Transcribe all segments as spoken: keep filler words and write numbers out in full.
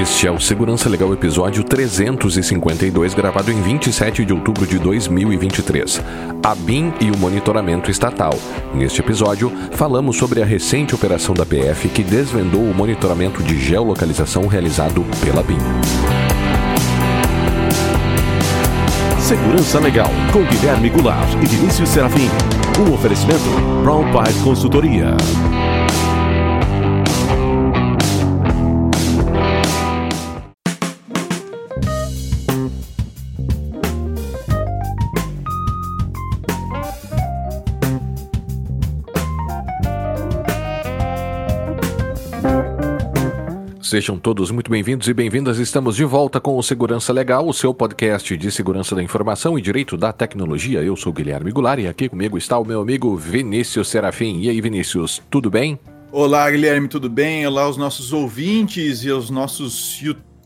Este é o Segurança Legal episódio trezentos e cinquenta e dois, gravado em vinte e sete de outubro de dois mil e vinte e três. A B I M e o monitoramento estatal. Neste episódio, falamos sobre a recente operação da P F que desvendou o monitoramento de geolocalização realizado pela B I M. Segurança Legal, com Guilherme Goulart e Vinícius Serafim. Um oferecimento Brown Pipe Consultoria. Sejam todos muito bem-vindos e bem-vindas. Estamos de volta com o Segurança Legal, o seu podcast de segurança da informação e direito da tecnologia. Eu sou Guilherme Goulart e aqui comigo está o meu amigo Vinícius Serafim. E aí, Vinícius, tudo bem? Olá, Guilherme, tudo bem? Olá, os nossos ouvintes e os nossos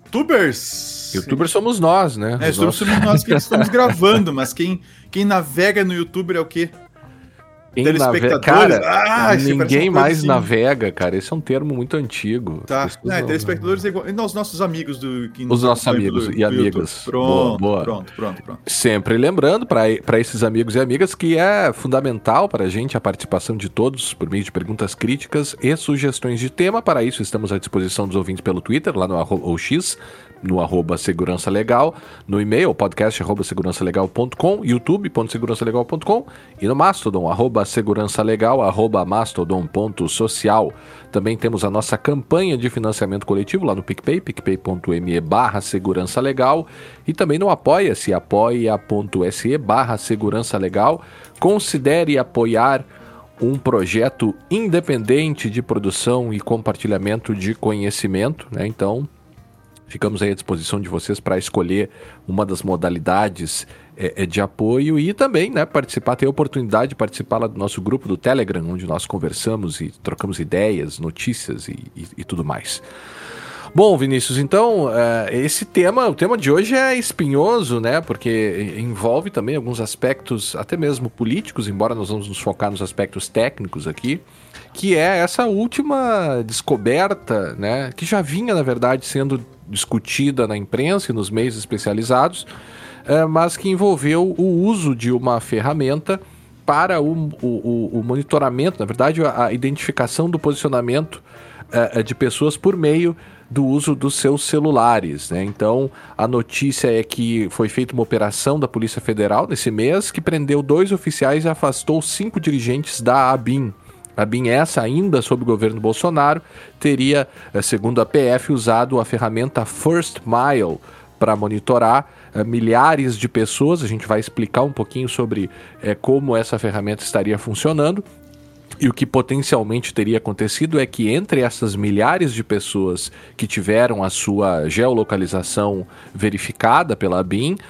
youtubers. Youtubers somos nós, né? É, somos nós que estamos gravando, mas quem, quem navega no YouTube é o quê? Quem navega, cara, ah, ninguém mais assim. navega, cara. Esse é um termo muito antigo. Tá, é, telespectadores é igual. E os nossos amigos do que Os nossos amigos do, e amigas. Pronto, boa, boa. pronto, pronto, pronto. Sempre lembrando para esses amigos e amigas que é fundamental para a gente a participação de todos por meio de perguntas críticas e sugestões de tema. Para isso, estamos à disposição dos ouvintes pelo Twitter, lá no arroba, ou X, no arroba Segurança Legal, no e-mail, podcast arroba segurança legal ponto com, youtube ponto segurança legal ponto com e no Mastodon, arroba segurança legal, arroba mastodon ponto social. Também temos a nossa campanha de financiamento coletivo lá no PicPay, picpay.me barra segurança legal e também no Apoia-se, apoia.se barra segurança legal. Considere apoiar um projeto independente de produção e compartilhamento de conhecimento, né? Então, ficamos aí à disposição de vocês para escolher uma das modalidades é, de apoio e também, né, participar, ter a oportunidade de participar lá do nosso grupo do Telegram, onde nós conversamos e trocamos ideias, notícias e, e, e tudo mais. Bom, Vinícius, então, uh, esse tema, o tema de hoje é espinhoso, né, porque envolve também alguns aspectos, até mesmo políticos, embora nós vamos nos focar nos aspectos técnicos aqui, que é essa última descoberta, né, que já vinha, na verdade, sendo discutida na imprensa e nos meios especializados, uh, mas que envolveu o uso de uma ferramenta para o, o, o monitoramento, na verdade, a, a identificação do posicionamento uh, de pessoas por meio do uso dos seus celulares, né? Então, a notícia é que foi feita uma operação da Polícia Federal nesse mês que prendeu dois oficiais e afastou cinco dirigentes da A B I M. A B I M, essa ainda sob o governo Bolsonaro, teria, segundo a P F, usado a ferramenta First Mile para monitorar uh, milhares de pessoas. A gente vai explicar um pouquinho sobre uh, como essa ferramenta estaria funcionando. E o que potencialmente teria acontecido é que entre essas milhares de pessoas que tiveram a sua geolocalização verificada pela B I M,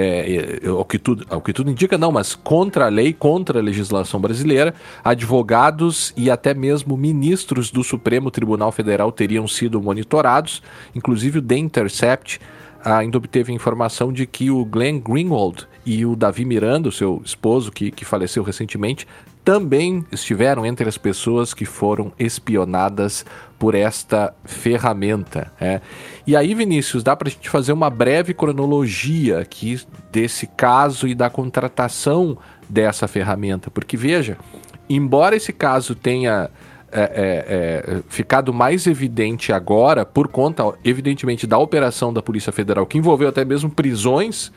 é, é, ao, que tudo, ao que tudo indica, não, mas contra a lei, contra a legislação brasileira, advogados e até mesmo ministros do Supremo Tribunal Federal teriam sido monitorados. Inclusive o The Intercept ainda obteve informação de que o Glenn Greenwald e o Davi Miranda, o seu esposo que, que faleceu recentemente, também estiveram entre as pessoas que foram espionadas por esta ferramenta. É. E aí, Vinícius, dá para a gente fazer uma breve cronologia aqui desse caso e da contratação dessa ferramenta, porque veja, embora esse caso tenha É, é, é, ficado mais evidente agora, por conta, evidentemente, da operação da Polícia Federal, que envolveu até mesmo prisões,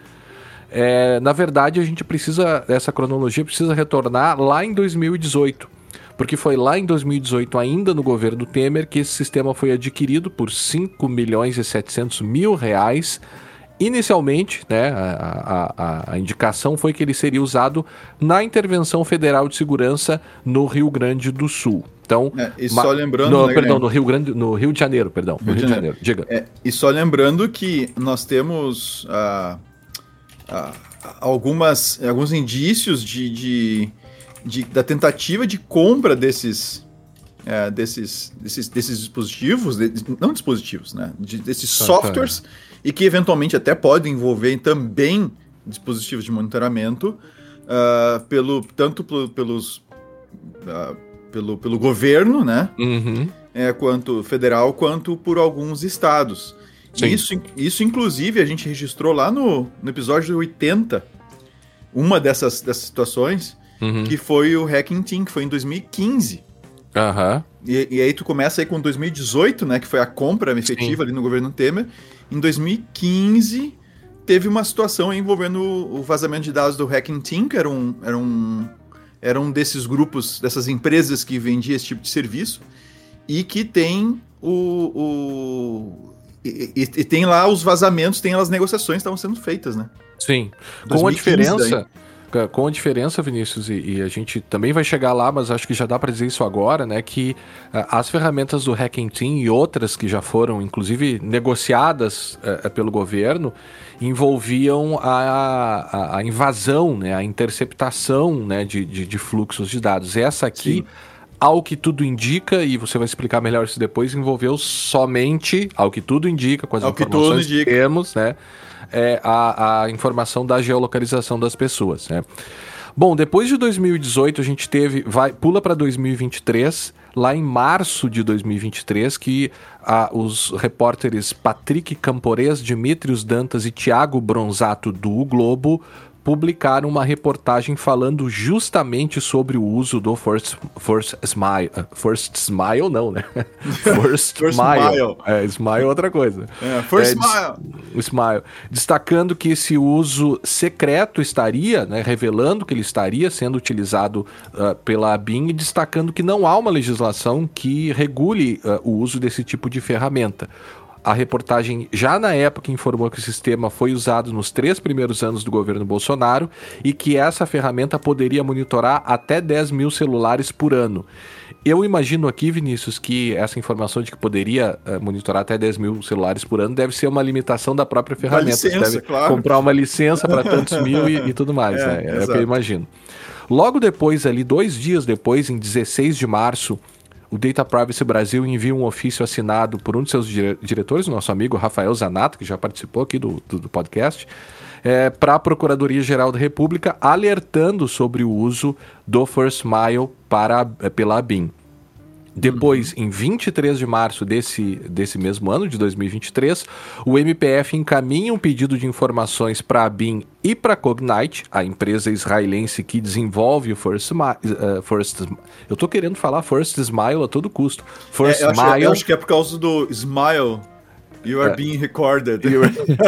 é, na verdade, a gente precisa, essa cronologia precisa retornar lá em dois mil e dezoito, porque foi lá em dois mil e dezoito, ainda no governo Temer, que esse sistema foi adquirido por cinco milhões e setecentos mil reais. Inicialmente, né, a, a, a indicação foi que ele seria usado na Intervenção Federal de Segurança no Rio Grande do Sul. Então, é, e só lembrando, no, né, perdão, no Rio Grande, no Rio de Janeiro, perdão, no Rio, Rio de Janeiro. Janeiro. Diga. É, e só lembrando que nós temos uh, uh, algumas, alguns indícios de, de, de, da tentativa de compra desses, uh, desses, desses, desses dispositivos, de, não dispositivos, né, de, desses ah, softwares, tá. E que eventualmente até podem envolver também dispositivos de monitoramento, uh, pelo, tanto pelo, pelos... Uh, Pelo, pelo governo, né? Uhum. É, quanto federal, quanto por alguns estados. Isso, isso, inclusive, a gente registrou lá no, no episódio oitenta, uma dessas, dessas situações, uhum. que foi o Hacking Team, que foi em dois mil e quinze. Uhum. E, e aí tu começa aí com dois mil e dezoito, né, que foi a compra efetiva Sim. ali no governo Temer. Em dois mil e quinze, teve uma situação envolvendo o vazamento de dados do Hacking Team, que era um, era um, era um desses grupos, dessas empresas que vendia esse tipo de serviço, e que tem o... o e, e, e tem lá os vazamentos, tem lá as negociações que estavam sendo feitas, né? Sim, com a diferença... Daí. Com a diferença, Vinícius, e, e a gente também vai chegar lá, mas acho que já dá para dizer isso agora, né? Que uh, as ferramentas do Hacking Team e outras que já foram, inclusive, negociadas uh, pelo governo, envolviam a, a, a invasão, né, a interceptação, né, de, de, de fluxos de dados. Essa aqui, Sim. ao que tudo indica, e você vai explicar melhor isso depois, envolveu somente, ao que tudo indica, com as ao informações que, que temos, né? É, a, a informação da geolocalização das pessoas, né? Bom, depois de dois mil e dezoito a gente teve, vai, pula para dois mil e vinte e três, lá em março de dois mil e vinte e três, que ah, os repórteres Patrick Campores, Dimitrios Dantas e Thiago Bronzato do O Globo publicaram uma reportagem falando justamente sobre o uso do First, first Smile. First Smile não, né? First, first Smile. smile. É, Smile é outra coisa. É, First é, Smile. O Smile. Destacando que esse uso secreto estaria, né, revelando que ele estaria sendo utilizado uh, pela A B I N e destacando que não há uma legislação que regule uh, o uso desse tipo de ferramenta. A reportagem já na época informou que o sistema foi usado nos três primeiros anos do governo Bolsonaro e que essa ferramenta poderia monitorar até dez mil celulares por ano. Eu imagino aqui, Vinícius, que essa informação de que poderia uh, monitorar até dez mil celulares por ano deve ser uma limitação da própria ferramenta. Uma licença, Você deve claro. comprar uma licença para tantos mil e, e tudo mais, é, né? É o que eu imagino. Logo depois, ali, dois dias depois, em dezesseis de março, o Data Privacy Brasil envia um ofício assinado por um de seus dire- diretores, o nosso amigo Rafael Zanato, que já participou aqui do, do, do podcast, é, para a Procuradoria-Geral da República, alertando sobre o uso do First Mile para, pela A B I N. Depois, uhum. em vinte e três de março desse, desse mesmo ano, de dois mil e vinte e três, o M P F encaminha um pedido de informações para a A B I N e para a Cognite, a empresa israelense que desenvolve o First Smile. Uh, First, eu tô querendo falar First Smile a todo custo. First é, eu, Smile. Acho, eu acho que é por causa do Smile. You are é. being recorded. You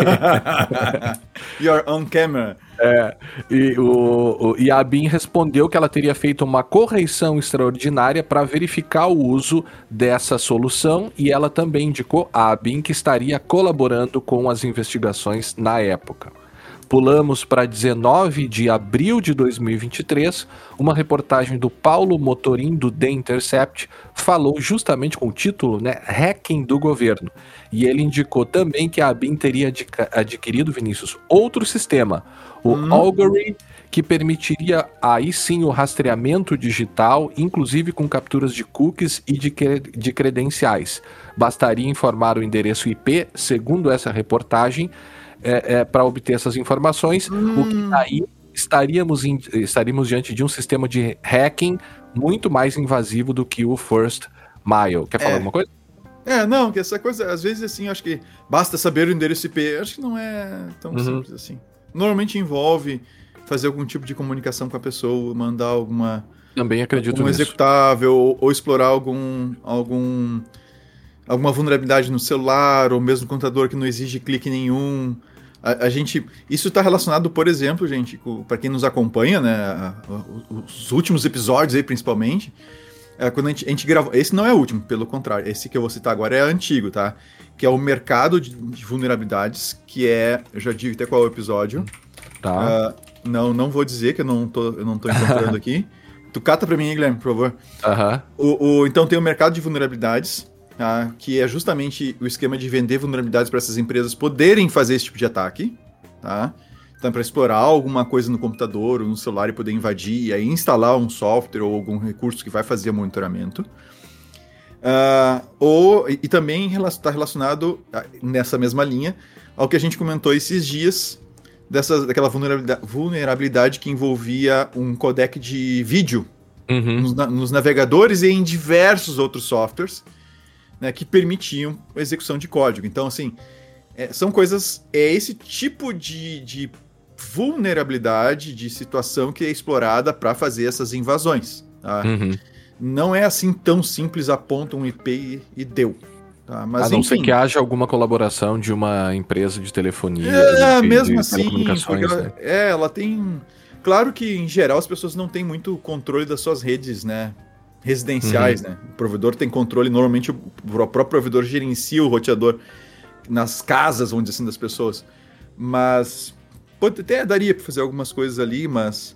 are... You are on camera. É, e, o, o, e a A B I N respondeu que ela teria feito uma correção extraordinária para verificar o uso dessa solução e ela também indicou a A B I N que estaria colaborando com as investigações na época. Pulamos para dezenove de abril de dois mil e vinte e três, uma reportagem do Paulo Motorim, do The Intercept, falou justamente com o título, né, Hacking do Governo. E ele indicou também que a A B I N teria adquirido, Vinícius, outro sistema, o hum. Augury, que permitiria aí sim o rastreamento digital, inclusive com capturas de cookies e de, de credenciais. Bastaria informar o endereço I P, segundo essa reportagem, É, é, para obter essas informações, hum. o que aí estaríamos, in, estaríamos diante de um sistema de hacking muito mais invasivo do que o First Mile. Quer falar é. alguma coisa? É, não, que essa coisa, às vezes assim, acho que basta saber o endereço I P, acho que não é tão uhum. simples assim. Normalmente envolve fazer algum tipo de comunicação com a pessoa, mandar alguma... Também acredito um nisso. executável, ou, ou explorar algum... algum alguma vulnerabilidade no celular, ou mesmo no computador que não exige clique nenhum. A, a gente... Isso está relacionado, por exemplo, gente, para quem nos acompanha, né, a, a, os últimos episódios aí, principalmente, é, quando a gente, a gente gravou... Esse não é o último, pelo contrário. Esse que eu vou citar agora é antigo, tá? Que é o mercado de, de vulnerabilidades, que é... Eu já digo até qual é o episódio. Tá. Uh, não, não vou dizer, que eu não tô, eu não tô encontrando aqui. Tu cata para mim, Guilherme, por favor. Uh-huh. O, o, então tem o mercado de vulnerabilidades, ah, que é justamente o esquema de vender vulnerabilidades para essas empresas poderem fazer esse tipo de ataque, tá? Então, para explorar alguma coisa no computador ou no celular e poder invadir e aí instalar um software ou algum recurso que vai fazer monitoramento. Uh, ou, e, e também está relacionado, nessa mesma linha, ao que a gente comentou esses dias, dessa, daquela vulnerabilidade, vulnerabilidade que envolvia um codec de vídeo uhum. nos, na, nos navegadores e em diversos outros softwares, né, que permitiam a execução de código. Então, assim, é, são coisas, é esse tipo de, de vulnerabilidade, de situação que é explorada para fazer essas invasões. Tá? Uhum. Não é assim tão simples, aponta um I P e, e deu. Tá? Mas, a não enfim, ser que haja alguma colaboração de uma empresa de telefonia, é, de, mesmo de assim, telecomunicações. porque ela, Né? é, ela tem... Claro que, em geral, as pessoas não têm muito controle das suas redes, né? Residenciais, Uhum. né? O provedor tem controle, normalmente o próprio provedor gerencia o roteador nas casas, vamos dizer assim, das pessoas. Mas pode, até daria para fazer algumas coisas ali, mas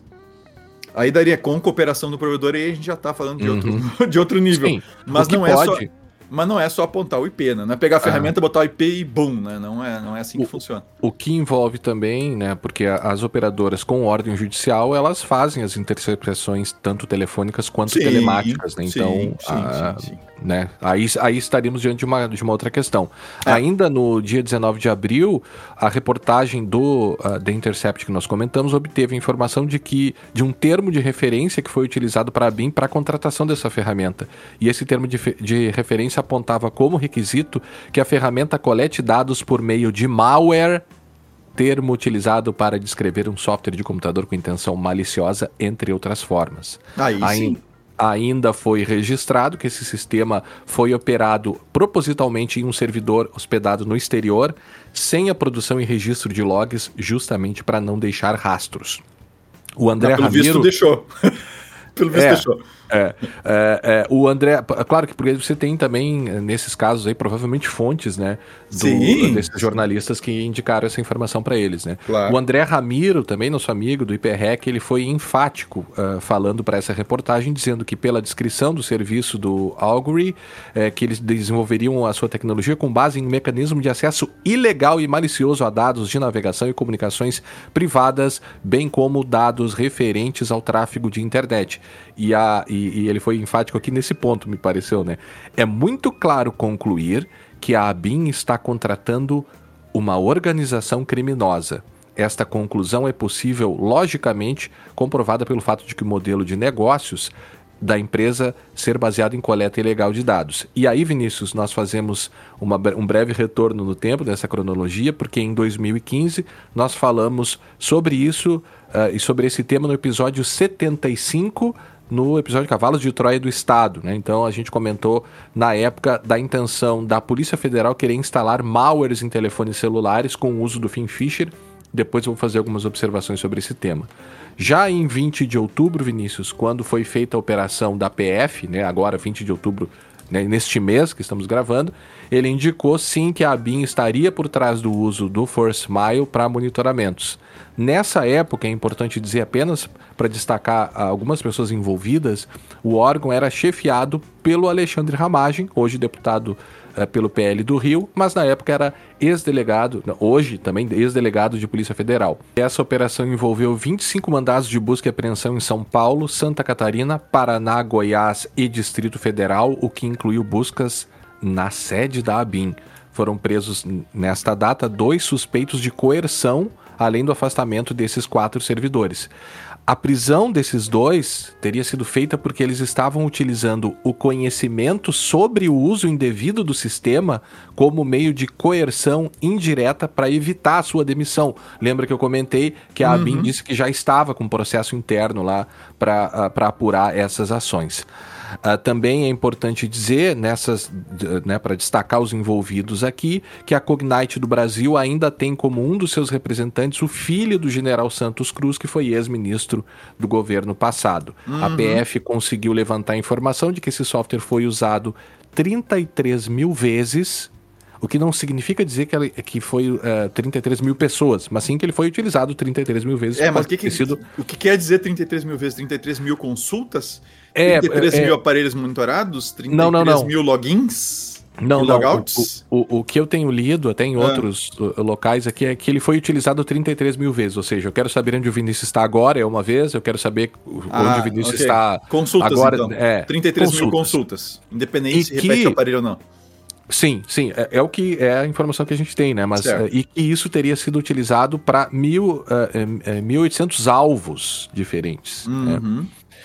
aí daria com cooperação do provedor e aí a gente já tá falando de, Uhum. outro, de outro nível. Sim, mas o que não é pode... só... Mas não é só apontar o I P, né? Não é pegar a Ah. ferramenta, botar o I P e bum, né? Não é, não é assim que O- funciona. O que envolve também, né, porque a- as operadoras com ordem judicial, elas fazem as interceptações tanto telefônicas quanto Sim, telemáticas, né? sim, Então, sim, a- sim, sim. né, aí, aí estaríamos diante de uma, de uma outra questão. É. Ainda no dia dezenove de abril, a reportagem do uh, The Intercept que nós comentamos obteve a informação de que de um termo de referência que foi utilizado para a B I M para a contratação dessa ferramenta. E esse termo de, fe- de referência apontava como requisito que a ferramenta colete dados por meio de malware, termo utilizado para descrever um software de computador com intenção maliciosa, entre outras formas. Aí Ain- sim. Ainda foi registrado que esse sistema foi operado propositalmente em um servidor hospedado no exterior, sem a produção e registro de logs, justamente para não deixar rastros. O André Ah, pelo Ramiro... visto deixou. Pelo visto É. deixou. É, é, é, o André, p- claro que porque você tem também, eh, nesses casos aí, provavelmente fontes, né, do- Sim. desses jornalistas que indicaram essa informação para eles, né. Claro. O André Ramiro, também nosso amigo do I P R E C, ele foi enfático ah, falando para essa reportagem, dizendo que pela descrição do serviço do Augury, eh, que eles desenvolveriam a sua tecnologia com base em um mecanismo de acesso ilegal e malicioso a dados de navegação e comunicações privadas, bem como dados referentes ao tráfego de internet. E, a, e, e ele foi enfático aqui nesse ponto, me pareceu, né? É muito claro concluir que a A B I N está contratando uma organização criminosa. Esta conclusão é possível, logicamente, comprovada pelo fato de que o modelo de negócios da empresa ser baseado em coleta ilegal de dados. E aí, Vinícius, nós fazemos uma, bre- um breve retorno no tempo dessa cronologia, porque em dois mil e quinze nós falamos sobre isso ah, e sobre esse tema no episódio setenta e cinco, no episódio Cavalos de Troia do Estado, né? Então a gente comentou na época da intenção da Polícia Federal querer instalar malwares em telefones celulares com o uso do Fin Fisher. Depois eu vou fazer algumas observações sobre esse tema. Já em vinte de outubro, Vinícius, quando foi feita a operação da P F, né, agora vinte de outubro, né, neste mês que estamos gravando, ele indicou sim que a A B I N estaria por trás do uso do Force Mile para monitoramentos. Nessa época, é importante dizer apenas para destacar algumas pessoas envolvidas, o órgão era chefiado pelo Alexandre Ramagem, hoje deputado eh, pelo P L do Rio, mas na época era ex-delegado, não, hoje também ex-delegado de Polícia Federal. Essa operação envolveu vinte e cinco mandados de busca e apreensão em São Paulo, Santa Catarina, Paraná, Goiás e Distrito Federal, o que incluiu buscas na sede da A B I N. Foram presos nesta data dois suspeitos de coerção, além do afastamento desses quatro servidores. A prisão desses dois teria sido feita porque eles estavam utilizando o conhecimento sobre o uso indevido do sistema como meio de coerção indireta para evitar a sua demissão. Lembra que eu comentei que a A B I N disse que já estava com um processo interno lá para uh, para apurar essas ações. Uh, também é importante dizer, nessas, né, para destacar os envolvidos aqui, que a Cognite do Brasil ainda tem como um dos seus representantes o filho do general Santos Cruz, que foi ex-ministro do governo passado. Uhum. A P F conseguiu levantar a informação de que esse software foi usado trinta e três mil vezes, o que não significa dizer que, ela, que foi uh, trinta e três mil pessoas, mas sim que ele foi utilizado trinta e três mil vezes. É, mas que que, sido... o que quer dizer trinta e três mil vezes? trinta e três mil consultas? É, trinta e três é, mil é... aparelhos monitorados? trinta e três não, não, não. mil logins? Não, e não. logouts? O, o, o que eu tenho lido até em ah. outros uh, locais aqui é que ele foi utilizado trinta e três mil vezes. Ou seja, eu quero saber onde o Vinícius está agora, é uma vez. Eu quero saber ah, onde o Vinícius okay. está consultas, agora. Então. É, trinta e três consultas. mil consultas. Independente e se repete que... o aparelho ou não. Sim, sim, é, é o que é a informação que a gente tem, né? Mas uh, e que isso teria sido utilizado para mil, uh, mil e oitocentos alvos diferentes. Uhum. Né?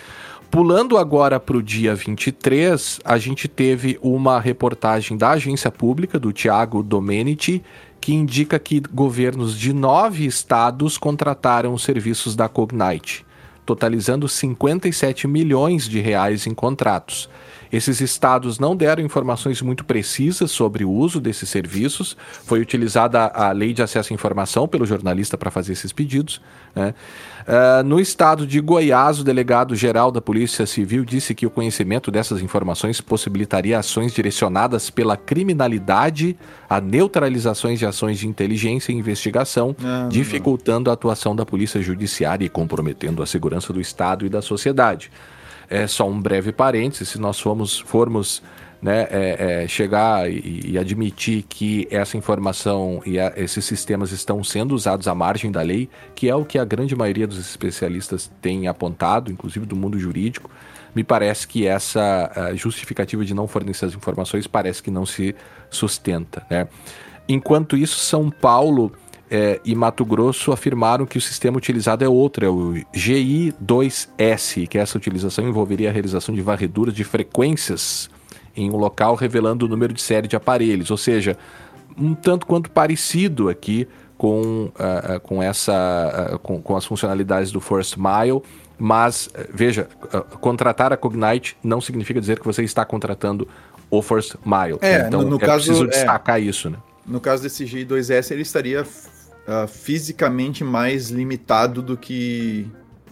Pulando agora para o dia vinte e três, a gente teve uma reportagem da agência pública, do Thiago Domenici, que indica que governos de nove estados contrataram os serviços da Cognite, totalizando cinquenta e sete milhões de reais em contratos. Esses estados não deram informações muito precisas sobre o uso desses serviços. Foi utilizada a Lei de Acesso à Informação pelo jornalista para fazer esses pedidos, né? Uh, no estado de Goiás, o delegado-geral da Polícia Civil disse que o conhecimento dessas informações possibilitaria ações direcionadas pela criminalidade a neutralizações de ações de inteligência e investigação, ah, dificultando a atuação da Polícia Judiciária e comprometendo a segurança do Estado e da sociedade. É só um breve parênteses, se nós formos, formos né, é, é, chegar e, e admitir que essa informação e a, esses sistemas estão sendo usados à margem da lei, que é o que a grande maioria dos especialistas tem apontado, inclusive do mundo jurídico, me parece que essa justificativa de não fornecer as informações parece que não se sustenta, né? Enquanto isso, São Paulo É, e Mato Grosso afirmaram que o sistema utilizado é outro, é o G I dois S, que essa utilização envolveria a realização de varreduras de frequências em um local, revelando o número de série de aparelhos, ou seja, um tanto quanto parecido aqui com, uh, com, essa, uh, com, com as funcionalidades do First Mile, mas, uh, veja, uh, contratar a Cognite não significa dizer que você está contratando o First Mile. É, então no, no é caso, preciso destacar é, isso, né? No caso desse G I dois S, ele estaria uh, fisicamente mais limitado do que...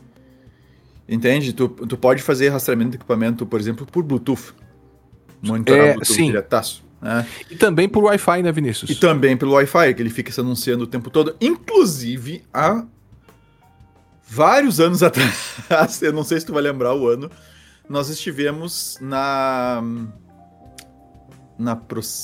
Entende? Tu, tu pode fazer rastreamento de equipamento, por exemplo, por Bluetooth. Monitorar é, Bluetooth sim. diretaço. Né? E também por Wi-Fi, né, Vinícius? E também pelo Wi-Fi, que ele fica se anunciando o tempo todo. Inclusive, há vários anos atrás, eu não sei se tu vai lembrar o ano, nós estivemos na... Na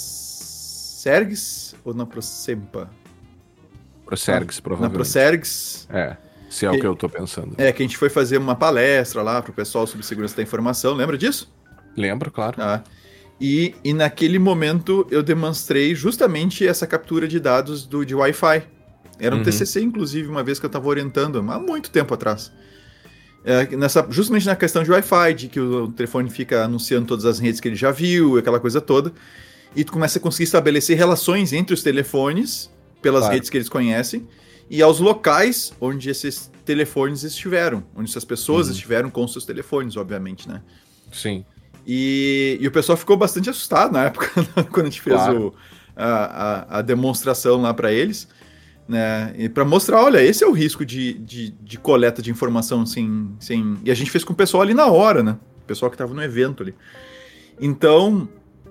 Procergs ou na Procempa? Procergs, na, provavelmente. Na Procergs. É, se é que, o que eu tô pensando. É, que a gente foi fazer uma palestra lá pro pessoal sobre segurança da informação, lembra disso? Lembro, claro. Ah, e, e naquele momento eu demonstrei justamente essa captura de dados do, de Wi-Fi. Era um uhum. T C C, inclusive, uma vez que eu estava orientando, há muito tempo atrás. É, nessa, justamente na questão de Wi-Fi, de que o telefone fica anunciando todas as redes que ele já viu, aquela coisa toda, e tu começa a conseguir estabelecer relações entre os telefones, pelas claro. redes que eles conhecem, e aos locais onde esses telefones estiveram, onde essas pessoas uhum. estiveram com seus telefones, obviamente, né? Sim. E, e o pessoal ficou bastante assustado na época, quando a gente fez claro. o, a, a, a demonstração lá para eles, né? E para mostrar, olha, esse é o risco de, de, de coleta de informação sem, sem... E a gente fez com o pessoal ali na hora, né? O pessoal que estava no evento ali. Então,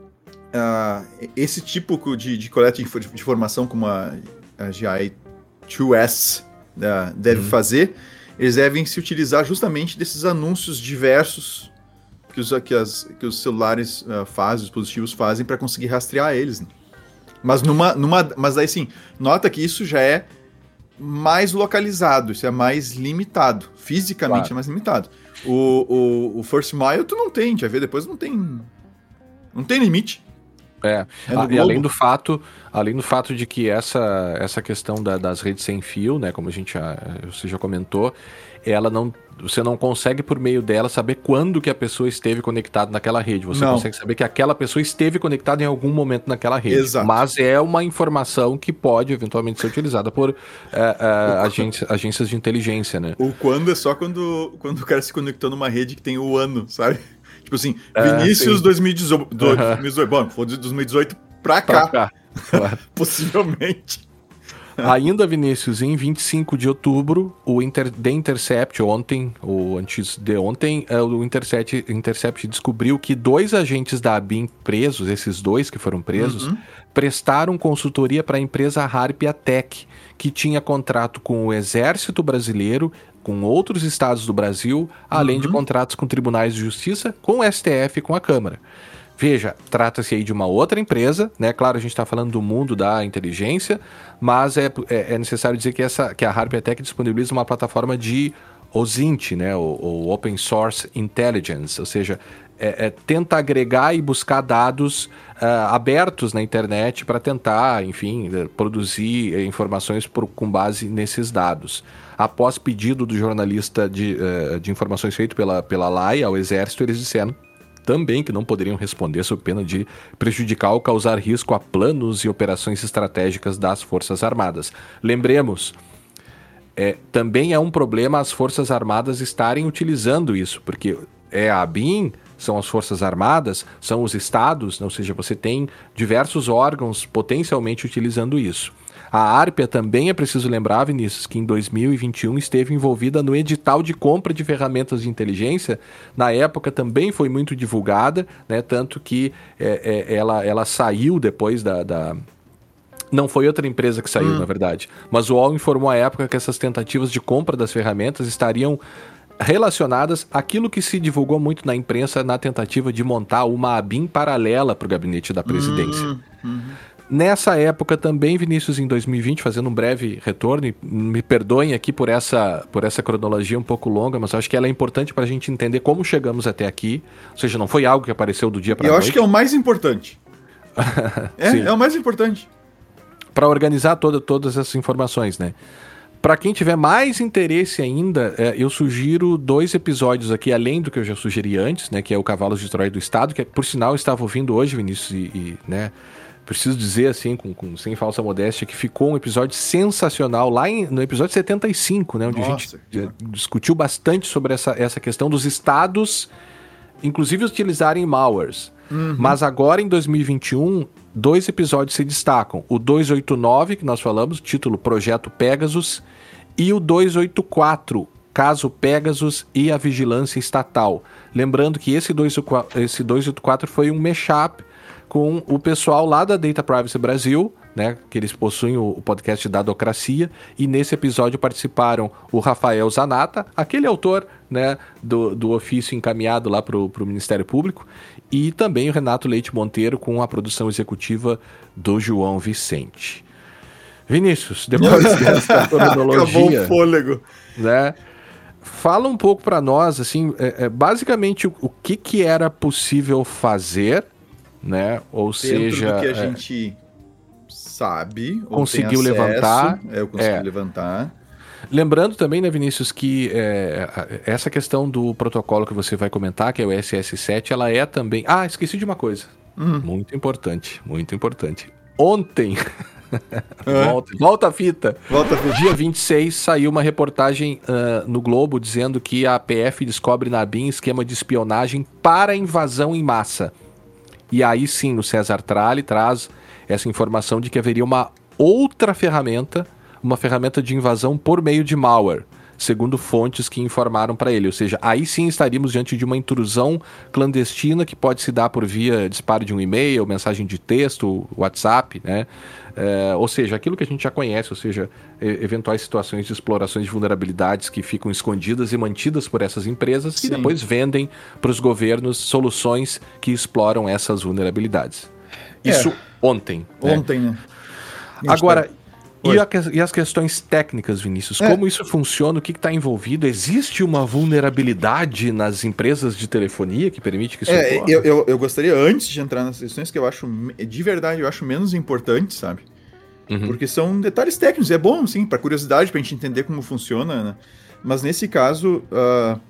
uh, esse tipo de, de coleta de, de informação como a, a G I dois S uh, deve uhum. fazer, eles devem se utilizar justamente desses anúncios diversos que os, que as, que os celulares uh, fazem, os dispositivos fazem para conseguir rastrear eles, né? Mas, numa, numa, mas aí sim, nota que isso já é mais localizado, isso é mais limitado. Fisicamente claro. é mais limitado. O, o, o First Mile tu não tem, já vê, depois não tem. Não tem limite. É, é ah, e além do fato, além do fato de que essa, essa questão da, das redes sem fio, né, como a gente já, você já comentou, ela não, você não consegue por meio dela saber quando que a pessoa esteve conectada naquela rede. Você não. consegue saber que aquela pessoa esteve conectada em algum momento naquela rede. Exato. Mas é uma informação que pode eventualmente ser utilizada por é, é, agência, agências de inteligência, né? O quando é só quando, quando o cara se conectou numa rede que tem o ano, sabe? Tipo assim, Vinícius é, dois mil e dezoito. Do, uhum. dois mil e dezoito. Bom, foi de dois mil e dezoito pra cá. Pra cá. Claro. Possivelmente. Ainda, Vinícius, em vinte e cinco de outubro, o Inter, The Intercept, ontem, ou antes de ontem, o Intercept, Intercept descobriu que dois agentes da A B I N presos, esses dois que foram presos, uhum. prestaram consultoria para a empresa Harpia Tech, que tinha contrato com o Exército Brasileiro, com outros estados do Brasil, além uhum. de contratos com tribunais de justiça, com o S T F e com a Câmara. Veja, trata-se aí de uma outra empresa, né? Claro, a gente está falando do mundo da inteligência, mas é, é, é necessário dizer que, essa, que a Harpia Tech disponibiliza uma plataforma de O S I N T, né? O, o Open Source Intelligence, ou seja, é, é, tenta agregar e buscar dados uh, abertos na internet para tentar, enfim, produzir informações por, com base nesses dados. Após pedido do jornalista de, uh, de informações feito pela, pela L A I ao Exército, eles disseram também que não poderiam responder sob pena de prejudicar ou causar risco a planos e operações estratégicas das Forças Armadas. Lembremos, é, também é um problema as Forças Armadas estarem utilizando isso, porque é a ABIN, são as Forças Armadas, são os estados, ou seja, você tem diversos órgãos potencialmente utilizando isso. A Arpia também é preciso lembrar, Vinícius, que em dois mil e vinte e um esteve envolvida no edital de compra de ferramentas de inteligência. Na época também foi muito divulgada, né, tanto que é, é, ela, ela saiu depois da... da... Não foi outra empresa que saiu, hum. na verdade. Mas o U O L informou à época que essas tentativas de compra das ferramentas estariam relacionadas àquilo que se divulgou muito na imprensa na tentativa de montar uma ABIN paralela para o gabinete da presidência. Hum. Uhum. Nessa época também, Vinícius, em dois mil e vinte, fazendo um breve retorno, e me perdoem aqui por essa, por essa cronologia um pouco longa, mas eu acho que ela é importante para a gente entender como chegamos até aqui. Ou seja, não foi algo que apareceu do dia para a noite. Eu acho que é o mais importante. é, é o mais importante. Para organizar toda, todas essas informações, né? Para quem tiver mais interesse ainda, é, eu sugiro dois episódios aqui, além do que eu já sugeri antes, né? Que é o Cavalos de Troia do Estado, que por sinal eu estava ouvindo hoje, Vinícius, e, e né... Preciso dizer, assim, com, com, sem falsa modéstia, que ficou um episódio sensacional lá em, no episódio setenta e cinco, né? Onde Nossa, a gente que... discutiu bastante sobre essa, essa questão dos estados, inclusive utilizarem malwares. Uhum. Mas agora, em dois mil e vinte e um, dois episódios se destacam. O duzentos e oitenta e nove, que nós falamos, título Projeto Pegasus, e o duzentos e oitenta e quatro, Caso Pegasus e a Vigilância Estatal. Lembrando que esse duzentos e oitenta e quatro foi um mashup com o pessoal lá da Data Privacy Brasil, né, que eles possuem o, o podcast Dadocracia, e nesse episódio participaram o Rafael Zanata, aquele autor, né, do, do ofício encaminhado lá para o Ministério Público, e também o Renato Leite Monteiro com a produção executiva do João Vicente. Vinícius, depois dessa cronologia... Acabou o fôlego. Né, fala um pouco para nós, assim, é, é, basicamente o, o que, que era possível fazer, né? Ou Dentro seja, do que a é, gente sabe, conseguiu acesso, levantar. É, eu consegui é. levantar. Lembrando também, né, Vinícius, que é, essa questão do protocolo que você vai comentar, que é o S S sete, ela é também... Ah, esqueci de uma coisa. Uhum. Muito importante, muito importante. Ontem... É. volta, volta a fita. Volta a fita. Dia vinte e seis saiu uma reportagem uh, no Globo dizendo que a A P F descobre na ABIN esquema de espionagem para invasão em massa. E aí sim, o César Tralli traz essa informação de que haveria uma outra ferramenta, uma ferramenta de invasão por meio de malware, segundo fontes que informaram para ele. Ou seja, aí sim estaríamos diante de uma intrusão clandestina que pode se dar por via disparo de um e-mail, mensagem de texto, WhatsApp, né? É, ou seja, aquilo que a gente já conhece, ou seja, eventuais situações de explorações de vulnerabilidades que ficam escondidas e mantidas por essas empresas Sim. e depois vendem para os governos soluções que exploram essas vulnerabilidades. É. Isso ontem. Ontem, né? né? Agora, e, a, e as questões técnicas, Vinícius? É. Como isso funciona? O que está envolvido? Existe uma vulnerabilidade nas empresas de telefonia que permite que isso é, ocorra? Eu, eu, eu gostaria, antes de entrar nas questões que eu acho, de verdade, eu acho menos importantes, sabe? Uhum. Porque são detalhes técnicos. É bom, sim, para curiosidade, para a gente entender como funciona, né? Mas nesse caso, uh,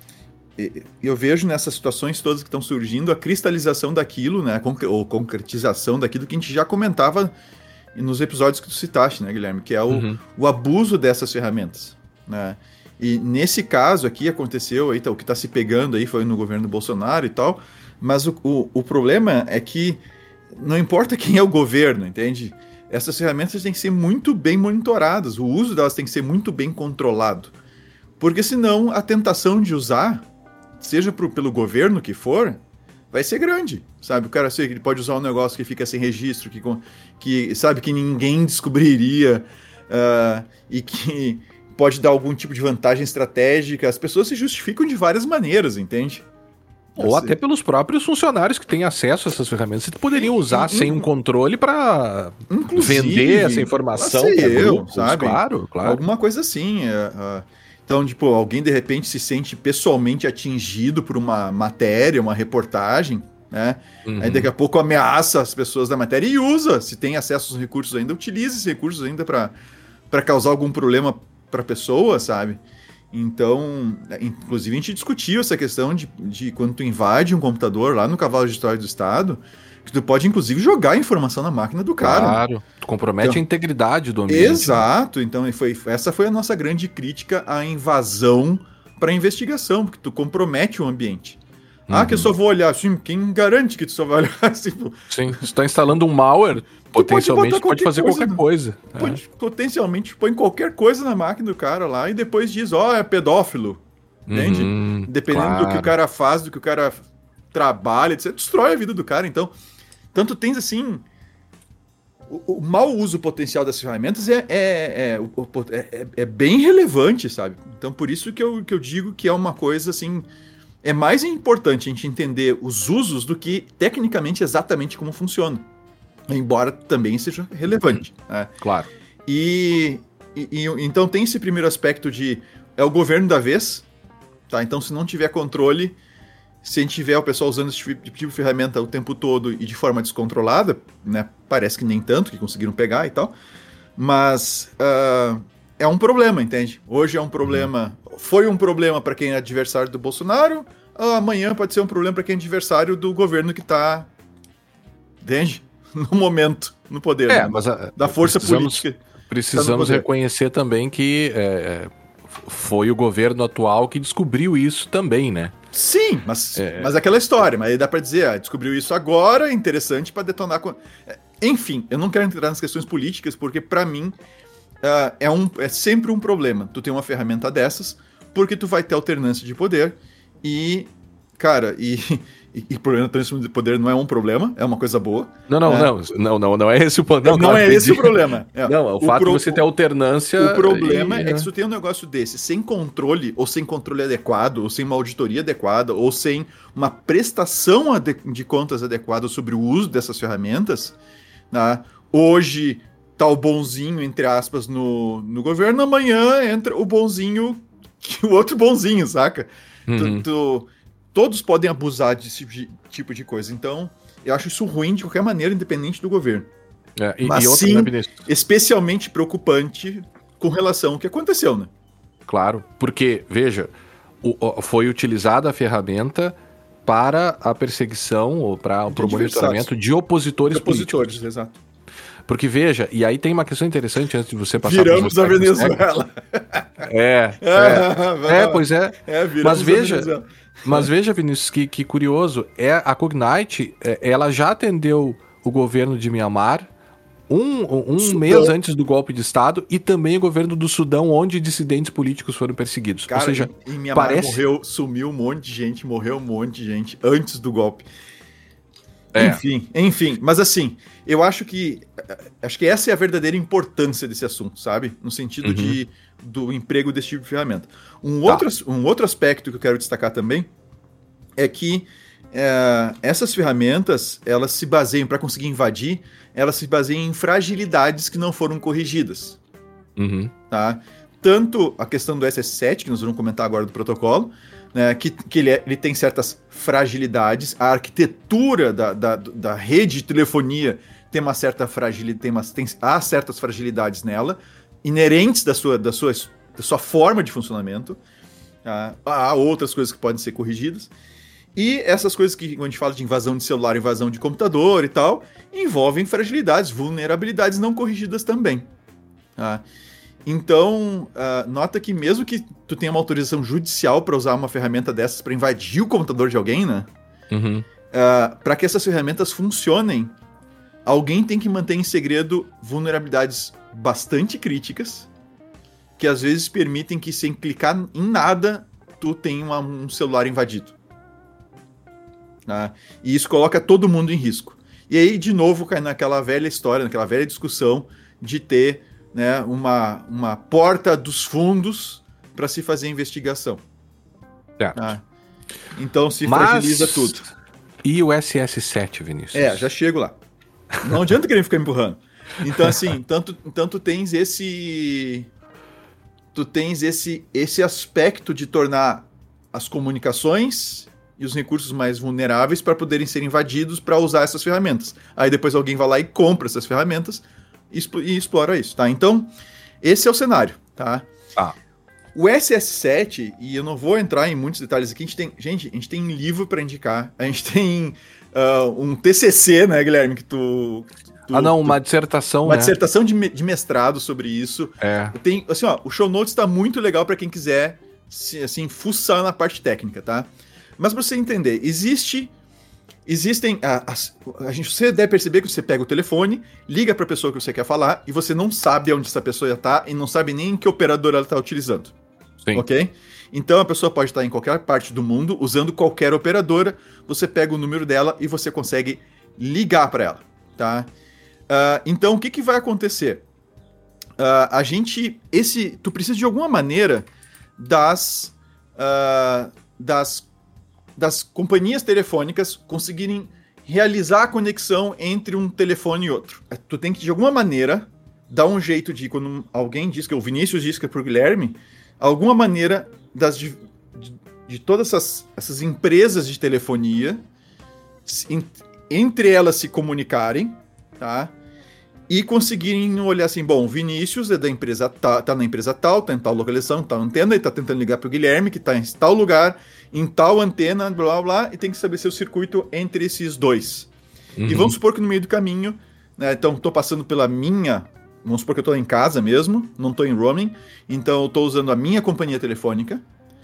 eu vejo nessas situações todas que estão surgindo a cristalização daquilo, né? Ou concretização daquilo que a gente já comentava nos episódios que tu citaste, né, Guilherme? Que é o, uhum. o abuso dessas ferramentas, né? E nesse caso aqui aconteceu, aí, tá, o que está se pegando aí foi no governo do Bolsonaro e tal, mas o, o, o problema é que não importa quem é o governo, entende? Essas ferramentas têm que ser muito bem monitoradas, o uso delas tem que ser muito bem controlado, porque senão a tentação de usar, seja pro, pelo governo que for, vai ser grande, sabe? O cara sei que ele pode usar um negócio que fica sem registro, que, que sabe que ninguém descobriria uh, e que pode dar algum tipo de vantagem estratégica. As pessoas se justificam de várias maneiras, entende? Ou assim, até pelos próprios funcionários que têm acesso a essas ferramentas que poderiam usar in, sem um controle para vender essa informação para grupos, sabe? Claro, claro. Alguma coisa assim. Uh, uh, Então, tipo, alguém de repente se sente pessoalmente atingido por uma matéria, uma reportagem, né? Uhum. Aí daqui a pouco ameaça as pessoas da matéria e usa, se tem acesso aos recursos ainda, utiliza esses recursos ainda para causar algum problema para a pessoa, sabe? Então, inclusive a gente discutiu essa questão de, de quando tu invade um computador lá no cavalo de história do Estado, que tu pode inclusive jogar informação na máquina do cara. Claro, tu compromete então, a integridade do ambiente. Exato, então foi, essa foi a nossa grande crítica à invasão para investigação, porque tu compromete o ambiente. Uhum. Ah, que eu só vou olhar, assim, quem garante que tu só vai olhar assim? Sim, se tu tá instalando um malware, potencialmente pode, pode fazer coisa, qualquer coisa. Pode, é. Potencialmente põe qualquer coisa na máquina do cara lá e depois diz, ó, oh, é pedófilo. Entende? Uhum, dependendo claro. do que o cara faz, do que o cara trabalha, você destrói a vida do cara. Então, tanto tens assim. O, o mau uso potencial das ferramentas é, é, é, é, é bem relevante, sabe? Então, por isso que eu, que eu digo que é uma coisa assim. É mais importante a gente entender os usos do que tecnicamente exatamente como funciona. Embora também seja relevante. Né? Claro. E, e, e então tem esse primeiro aspecto de é o governo da vez, tá? Então se não tiver controle, se a gente tiver o pessoal usando esse tipo de ferramenta o tempo todo e de forma descontrolada, né? Parece que nem tanto, que conseguiram pegar e tal, mas uh, é um problema, entende? Hoje é um problema, foi um problema para quem é adversário do Bolsonaro, amanhã pode ser um problema para quem é adversário do governo que tá, entende? No momento, no poder, é, né? mas a, da força política. Precisamos tá reconhecer também que é, foi o governo atual que descobriu isso também, né? Sim, mas, é... mas aquela história, mas aí dá pra dizer, ah, descobriu isso agora, interessante pra detonar... Com... Enfim, eu não quero entrar nas questões políticas, porque pra mim uh, é, um, é sempre um problema tu ter uma ferramenta dessas, porque tu vai ter alternância de poder e, cara, e... E, e problema de poder não é um problema, é uma coisa boa. Não, não, né? não, não, não, não é esse o problema. Não, não é esse o problema. É. Não, o, o fato pro... de você ter alternância... O problema e... é que se tu tem um negócio desse sem controle, ou sem controle adequado, ou sem uma auditoria adequada, ou sem uma prestação de contas adequada sobre o uso dessas ferramentas, né? Hoje tá o bonzinho, entre aspas, no, no governo, amanhã entra o bonzinho, o outro bonzinho, saca? Uhum. Tu... tu Todos podem abusar desse tipo de coisa. Então, eu acho isso ruim de qualquer maneira, independente do governo. É, e, Mas e outra, sim, né, especialmente preocupante com relação ao que aconteceu, né? Claro, porque, veja, o, o, foi utilizada a ferramenta para a perseguição ou para o monitoramento de opositores, de opositores políticos. Exato. Porque, veja, e aí tem uma questão interessante antes de você passar... Viramos a Venezuela. É, é, é, pois é. é mas veja, mas veja, Vinícius, que, que curioso, é, a Cognite, ela já atendeu o governo de Mianmar um, um mês antes do golpe de Estado e também o governo do Sudão, onde dissidentes políticos foram perseguidos. Cara, ou seja, em Mianmar parece... morreu, sumiu um monte de gente, morreu um monte de gente antes do golpe. É. Enfim, enfim, mas assim, eu acho que acho que essa é a verdadeira importância desse assunto, sabe? No sentido uhum. de, do emprego desse tipo de ferramenta. Um, tá. outro, um outro aspecto que eu quero destacar também é que é, essas ferramentas, elas se baseiam, para conseguir invadir, elas se baseiam em fragilidades que não foram corrigidas. Uhum. Tá? Tanto a questão do S S sete, que nós vamos comentar agora do protocolo, né, que, que ele, é, ele tem certas fragilidades, a arquitetura da, da, da rede de telefonia tem uma certa fragilidade, tem, tem, há certas fragilidades nela, inerentes da sua, da sua, da sua forma de funcionamento. Tá? Há outras coisas que podem ser corrigidas. E essas coisas que, quando a gente fala de invasão de celular, invasão de computador e tal, envolvem fragilidades, vulnerabilidades não corrigidas também. Tá? Então, uh, nota que mesmo que tu tenha uma autorização judicial para usar uma ferramenta dessas para invadir o computador de alguém, né? Uhum. Uh, para que essas ferramentas funcionem, alguém tem que manter em segredo vulnerabilidades bastante críticas, que às vezes permitem que, sem clicar em nada, tu tenha uma, um celular invadido. Tá? E isso coloca todo mundo em risco. E aí, de novo, cai naquela velha história, naquela velha discussão de ter... Né, uma, uma porta dos fundos para se fazer investigação. Certo. Ah, então se Mas... fragiliza tudo. E o S S sete, Vinícius? É, já chego lá. Não adianta querer ficar empurrando. Então, assim, tanto, tanto tens esse... Tu tens esse, esse aspecto de tornar as comunicações e os recursos mais vulneráveis para poderem ser invadidos para usar essas ferramentas. Aí depois alguém vai lá e compra essas ferramentas e explora isso, tá? Então, esse é o cenário, tá? Ah. O S S sete, e eu não vou entrar em muitos detalhes aqui, a gente tem, gente, a gente tem livro para indicar, a gente tem uh, um T C C, né, Guilherme, que tu... tu ah, não, tu, uma dissertação, Uma né? dissertação de, de mestrado sobre isso. É. Tem, assim, ó, o show notes tá muito legal para quem quiser, assim, fuçar na parte técnica, tá? Mas para você entender, existe... Existem. A, a, a gente, você deve perceber que você pega o telefone, liga para a pessoa que você quer falar e você não sabe onde essa pessoa está e não sabe nem que operador ela está utilizando. Sim. Ok? Então a pessoa pode estar em qualquer parte do mundo usando qualquer operadora. Você pega o número dela e você consegue ligar para ela. Tá? Uh, então o que, que vai acontecer? Uh, a gente. Esse, tu precisa de alguma maneira das. Uh, das das companhias telefônicas conseguirem realizar a conexão entre um telefone e outro. Tu tem que, de alguma maneira, dar um jeito de, quando alguém diz, que o Vinícius diz que é pro Guilherme, alguma maneira das, de, de, de todas essas, essas empresas de telefonia, in, entre elas se comunicarem, tá? E conseguirem olhar assim, bom, o Vinícius é da empresa, tá, tá na empresa tal, tá em tal localização, tal antena, e tá tentando ligar pro Guilherme, que tá em tal lugar, em tal antena, blá blá blá, e tem que estabelecer o circuito entre esses dois. Uhum. E vamos supor que no meio do caminho, né, então tô passando pela minha, vamos supor que eu tô em casa mesmo, não tô em roaming, então eu tô usando a minha companhia telefônica,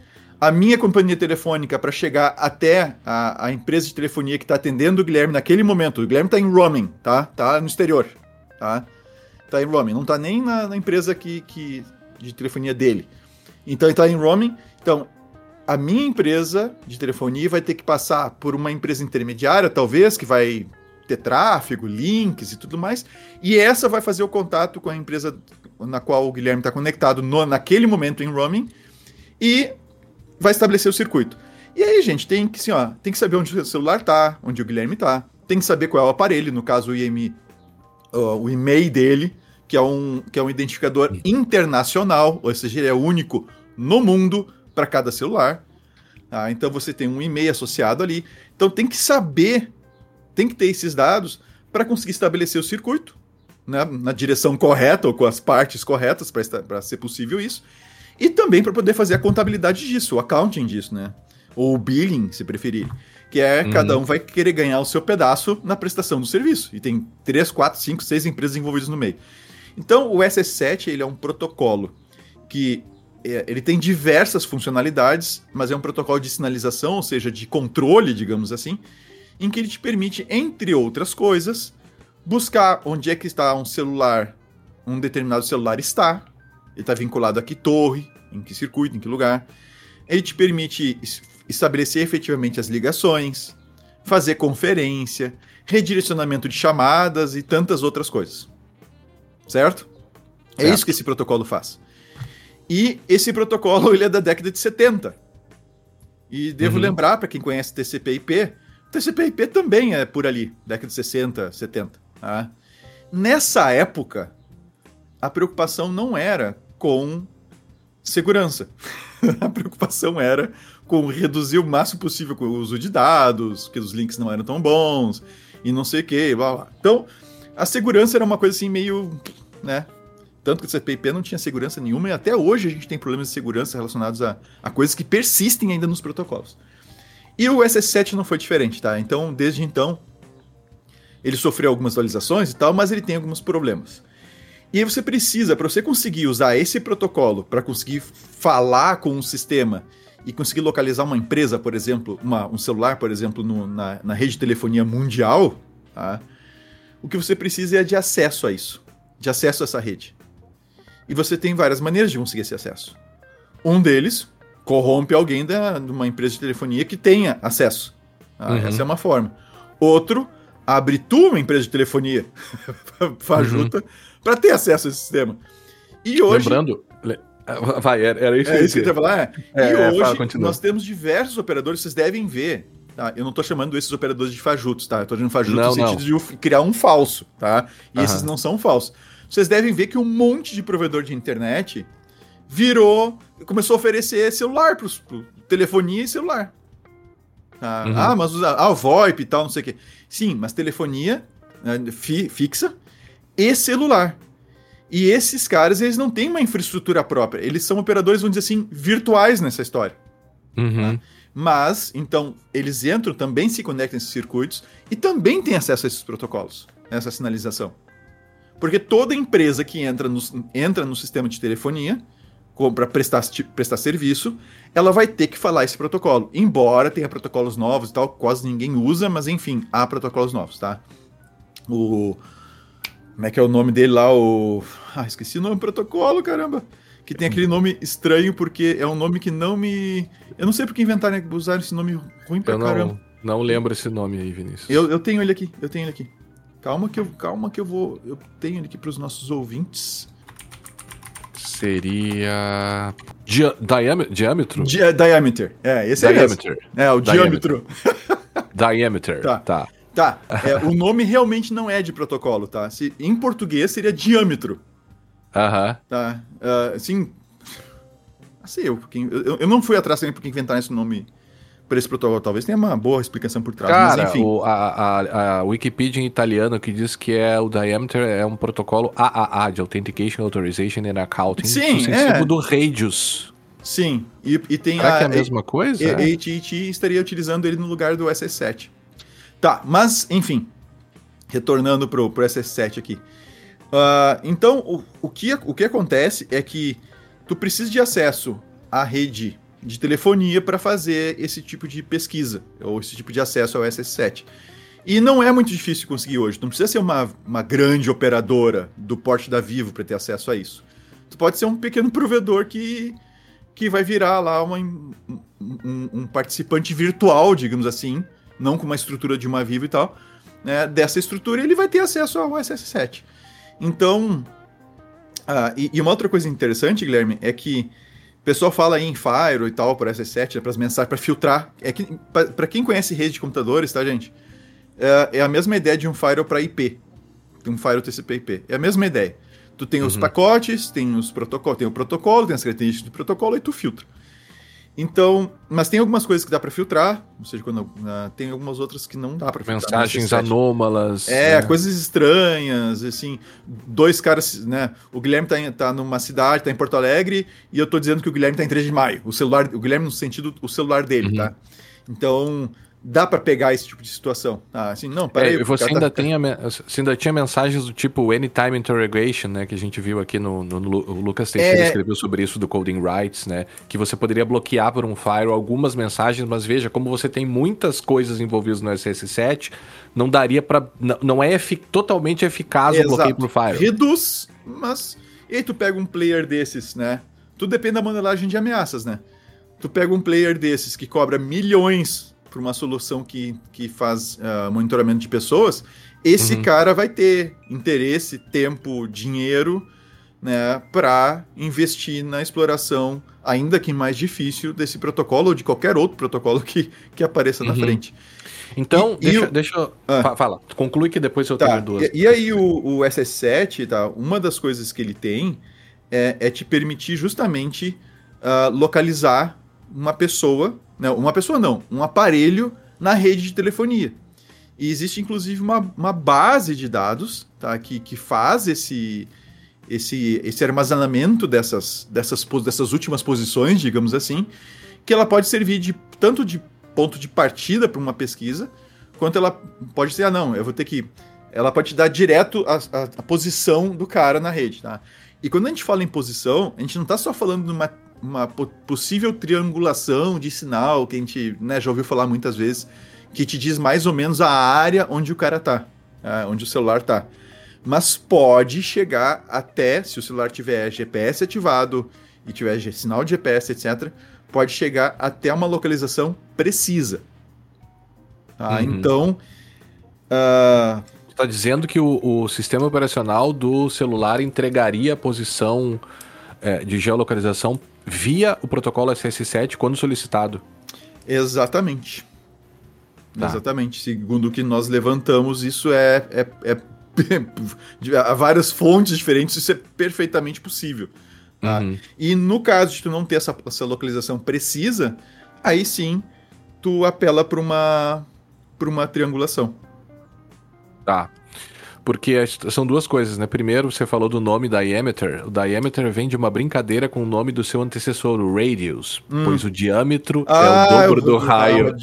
a minha companhia telefônica para chegar até a, a empresa de telefonia que tá atendendo o Guilherme naquele momento. O Guilherme tá em roaming, tá? Tá no exterior. Tá? Tá em roaming, não tá nem na, na empresa que, que, de telefonia dele. Então ele tá em roaming. Então, a minha empresa de telefonia vai ter que passar por uma empresa intermediária, talvez, que vai ter tráfego, links e tudo mais. E essa vai fazer o contato com a empresa na qual o Guilherme está conectado no, naquele momento em roaming e vai estabelecer o circuito. E aí, gente, tem que, assim, ó, tem que saber onde o celular tá, onde o Guilherme tá. Tem que saber qual é o aparelho, no caso o I M I. O e-mail dele, que é, um, que é um identificador internacional, ou seja, ele é único no mundo para cada celular. Tá? Então você tem um e-mail associado ali. Então tem que saber, tem que ter esses dados para conseguir estabelecer o circuito, né, na direção correta ou com as partes corretas para ser possível isso. E também para poder fazer a contabilidade disso, o accounting disso, né? Ou o billing, se preferir. Que é, uhum. Cada um vai querer ganhar o seu pedaço na prestação do serviço. E tem três, quatro, cinco, seis empresas envolvidas no meio. Então, o S S sete ele é um protocolo que é, ele tem diversas funcionalidades, mas é um protocolo de sinalização, ou seja, de controle, digamos assim, em que ele te permite, entre outras coisas, buscar onde é que está um celular, um determinado celular está, ele está vinculado a que torre, em que circuito, em que lugar. Ele te permite estabelecer efetivamente as ligações, fazer conferência, redirecionamento de chamadas e tantas outras coisas. Certo? É certo. Isso que esse protocolo faz. E esse protocolo ele é da década de setenta. E devo uhum. lembrar, para quem conhece T C P I P, T C P I P também é por ali, década de sessenta, setenta. Tá? Nessa época, a preocupação não era com segurança. A preocupação era com reduzir o máximo possível o uso de dados, porque os links não eram tão bons, e não sei o que, blá, blá. Então, a segurança era uma coisa assim meio, né? Tanto que o T C P I P não tinha segurança nenhuma, e até hoje a gente tem problemas de segurança relacionados a, a coisas que persistem ainda nos protocolos. E o S S sete não foi diferente, tá? Então, desde então, ele sofreu algumas atualizações e tal, mas ele tem alguns problemas. E aí você precisa, para você conseguir usar esse protocolo, para conseguir falar com um sistema e conseguir localizar uma empresa, por exemplo, uma, um celular, por exemplo, no, na, na rede de telefonia mundial, tá? O que você precisa é de acesso a isso, de acesso a essa rede. E você tem várias maneiras de conseguir esse acesso. Um deles, corrompe alguém da, de uma empresa de telefonia que tenha acesso. Tá? Uhum. Essa é uma forma. Outro, abre tu uma empresa de telefonia fajuta, uhum. para ter acesso a esse sistema. E hoje... Lembrando... Vai, era, era isso, é isso que eu ia falar. É. É, e é, hoje fala, nós temos diversos operadores, vocês devem ver, tá? Eu não estou chamando esses operadores de fajutos, tá? Eu estou dizendo fajuto não, no sentido não. de criar um falso, tá? E uhum. esses não são falsos. Vocês devem ver que um monte de provedor de internet virou, começou a oferecer celular para telefonia e celular. Tá? Uhum. Ah, mas usa ah, VoIP e tal, não sei o quê. Sim, mas telefonia né, fi, fixa e celular. E esses caras, eles não têm uma infraestrutura própria. Eles são operadores, vamos dizer assim, virtuais nessa história. Uhum. Tá? Mas, então, eles entram, também se conectam a esses circuitos e também têm acesso a esses protocolos, essa sinalização. Porque toda empresa que entra no, entra no sistema de telefonia para prestar, prestar serviço, ela vai ter que falar esse protocolo. Embora tenha protocolos novos e tal, quase ninguém usa, mas enfim, há protocolos novos, tá? O... Como é que é o nome dele lá? O... Ah, esqueci o nome do protocolo, caramba! Que tem aquele nome estranho, porque é um nome que não me... Eu não sei por que inventaram, usaram esse nome ruim pra Eu não, caramba. não lembro esse nome aí, Vinícius. Eu, eu tenho ele aqui, eu tenho ele aqui. Calma que eu, calma que eu vou... Eu tenho ele aqui pros nossos ouvintes. Seria... Dia... Diâmetro? Diâmetro? Di diameter. É, esse é Diameter. mesmo. É, o Diameter. diâmetro. Diameter, Tá. tá. Tá, é, o nome realmente não é de protocolo, tá? Se, em português seria diâmetro. Aham. Tá, uh, assim... Assim, eu, eu, eu não fui atrás também porque inventaram esse nome para esse protocolo. Talvez tenha uma boa explicação por trás, Cara, mas enfim. o, a, a, a Wikipedia em italiano que diz que é o Diameter é um protocolo A A A, de Authentication, Authorization and Accounting, Sim, sucessivo é. do Radius. Sim, e, e tem Será a... que é a mesma coisa? E, É. A T T estaria utilizando ele no lugar do S S sete. Tá, mas, enfim, retornando pro, pro S S sete aqui. Uh, então, o, o, que, o que acontece é que tu precisa de acesso à rede de telefonia para fazer esse tipo de pesquisa, ou esse tipo de acesso ao S S sete. E não é muito difícil conseguir hoje. Tu não precisa ser uma, uma grande operadora do porte da Vivo para ter acesso a isso. Tu pode ser um pequeno provedor que, que vai virar lá uma, um, um, um participante virtual, digamos assim, não com uma estrutura de uma Vivo e tal, né? Dessa estrutura ele vai ter acesso ao S S sete. Então, ah, e, e uma outra coisa interessante, Guilherme, é que o pessoal fala aí em Firewall e tal, para S S sete, para as mensagens, para filtrar. É que, para quem conhece rede de computadores, tá, gente? É, é a mesma ideia de um Firewall para I P. Tem um Firewall T C P I P. É a mesma ideia. Tu tem os Uhum. pacotes, tem os protocolos, tem o protocolo, tem as características do protocolo e tu filtra. Então, mas tem algumas coisas que dá para filtrar, ou seja, quando, uh, tem algumas outras que não dá para filtrar. Mensagens anômalas. É, né? coisas estranhas, assim, dois caras, né, o Guilherme tá, em, tá numa cidade, tá em Porto Alegre, e eu tô dizendo que o Guilherme tá em três de maio, o celular, o Guilherme no sentido, o celular dele, Uhum. tá? Então, dá para pegar esse tipo de situação, tá? Assim, não, peraí. É, você, cara ainda tá... tem a, você ainda tinha mensagens do tipo Anytime Interrogation, né? Que a gente viu aqui no, no, no o Lucas Teixeira É... escreveu sobre isso do Coding Rights, né? Que você poderia bloquear por um firewall algumas mensagens, mas veja, como você tem muitas coisas envolvidas no S S sete, não daria para não, não é efic totalmente eficaz Exato. o bloqueio por firewall. Reduz, mas... E aí tu pega um player desses, né? Tudo depende da modelagem de ameaças, né? Tu pega um player desses que cobra milhões para uma solução que, que faz uh, monitoramento de pessoas, esse Uhum. cara vai ter interesse, tempo, dinheiro, né, para investir na exploração, ainda que mais difícil, desse protocolo ou de qualquer outro protocolo que, que apareça Uhum. na frente. Então, E- deixa, e o- deixa eu... Ah. fa- Fala, conclui que depois eu Tá, tenho duas. e, e aí o, o S S sete, tá, uma das coisas que ele tem é, é te permitir justamente uh, localizar uma pessoa, não, uma pessoa não, um aparelho na rede de telefonia. E existe inclusive uma, uma base de dados, tá, que, que faz esse, esse, esse armazenamento dessas, dessas, dessas últimas posições, digamos assim, que ela pode servir de, tanto de ponto de partida para uma pesquisa, quanto ela pode ser, ah não, eu vou ter que... Ela pode te dar direto a, a, a posição do cara na rede, tá? E quando a gente fala em posição, a gente não está só falando de uma, uma possível triangulação de sinal, que a gente, né, já ouviu falar muitas vezes, que te diz mais ou menos a área onde o cara tá, tá? Onde o celular tá. Mas pode chegar até, se o celular tiver G P S ativado e tiver sinal de G P S, etcétera, pode chegar até uma localização precisa. Tá? Uhum. Então... Uh... Está dizendo que o, o sistema operacional do celular entregaria a posição é, de geolocalização via o protocolo S S sete quando solicitado. Exatamente. Tá. Exatamente. Segundo o que nós levantamos, isso é, é, é há várias fontes diferentes, isso é perfeitamente possível. Tá? Uhum. E no caso de tu não ter essa, essa localização precisa, aí sim tu apela para uma, para uma triangulação. Tá. Porque são duas coisas, né? Primeiro, você falou do nome diameter. O diameter vem de uma brincadeira com o nome do seu antecessor, o radius, hum. pois o diâmetro ah, é o dobro do raio.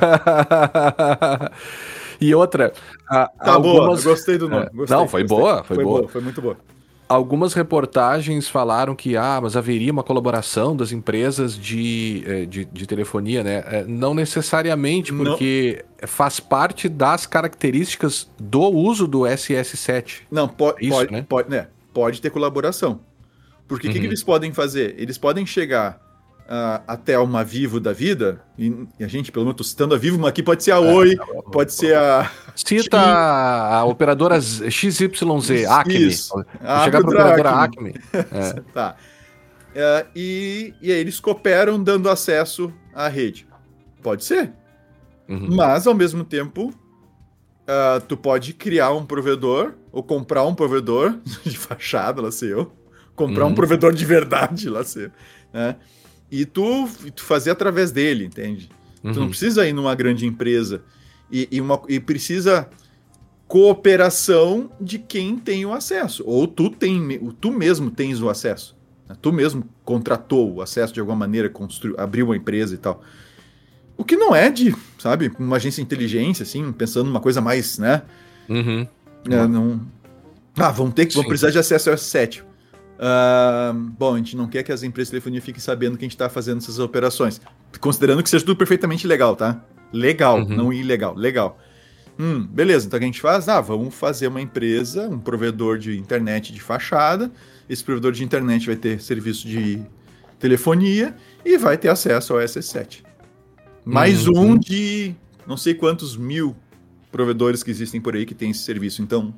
Ah. E outra... A, tá algumas... boa, gostei do nome. Gostei, Não, foi gostei. boa, foi, foi boa. boa. Foi muito boa. Algumas reportagens falaram que ah, mas haveria uma colaboração das empresas de, de, de telefonia, né? Não necessariamente, porque Não. faz parte das características do uso do S S sete. Não, po Isso, pode, né? pode, né? pode ter colaboração. Porque o uhum. que, que eles podem fazer? Eles podem chegar uh, até uma Vivo da vida, e, e a gente, pelo menos, tô citando a Vivo, mas aqui pode ser a Oi, é, pode ser a... Cita a operadora X Y Z, Acme. Chegar para a operadora Acme. É. Tá. É, e, e aí eles cooperam dando acesso à rede. Pode ser. Uhum. Mas, ao mesmo tempo, uh, tu pode criar um provedor, ou comprar um provedor de fachada, lá sei eu. Comprar uhum. um provedor de verdade, lá sei eu. Né? E tu, tu fazer através dele, entende? Uhum. Tu não precisa ir numa grande empresa. E, e, uma, e precisa cooperação de quem tem o acesso. Ou tu, tem, tu mesmo tens o acesso. Né? Tu mesmo contratou o acesso de alguma maneira, construiu, abriu uma empresa e tal. O que não é de, sabe, uma agência de inteligência, assim, pensando numa coisa mais, né? Uhum. É, não... Ah, vão ter que vão precisar de acesso ao S sete. Uh, bom, a gente não quer que as empresas de telefonia fiquem sabendo que a gente está fazendo essas operações. Considerando que seja tudo perfeitamente legal, tá? Legal, uhum. não ilegal, legal. Hum, beleza, então o que a gente faz? Ah, vamos fazer uma empresa, um provedor de internet de fachada. Esse provedor de internet vai ter serviço de telefonia e vai ter acesso ao S S sete. Mais uhum. um de não sei quantos mil provedores que existem por aí que tem esse serviço, então...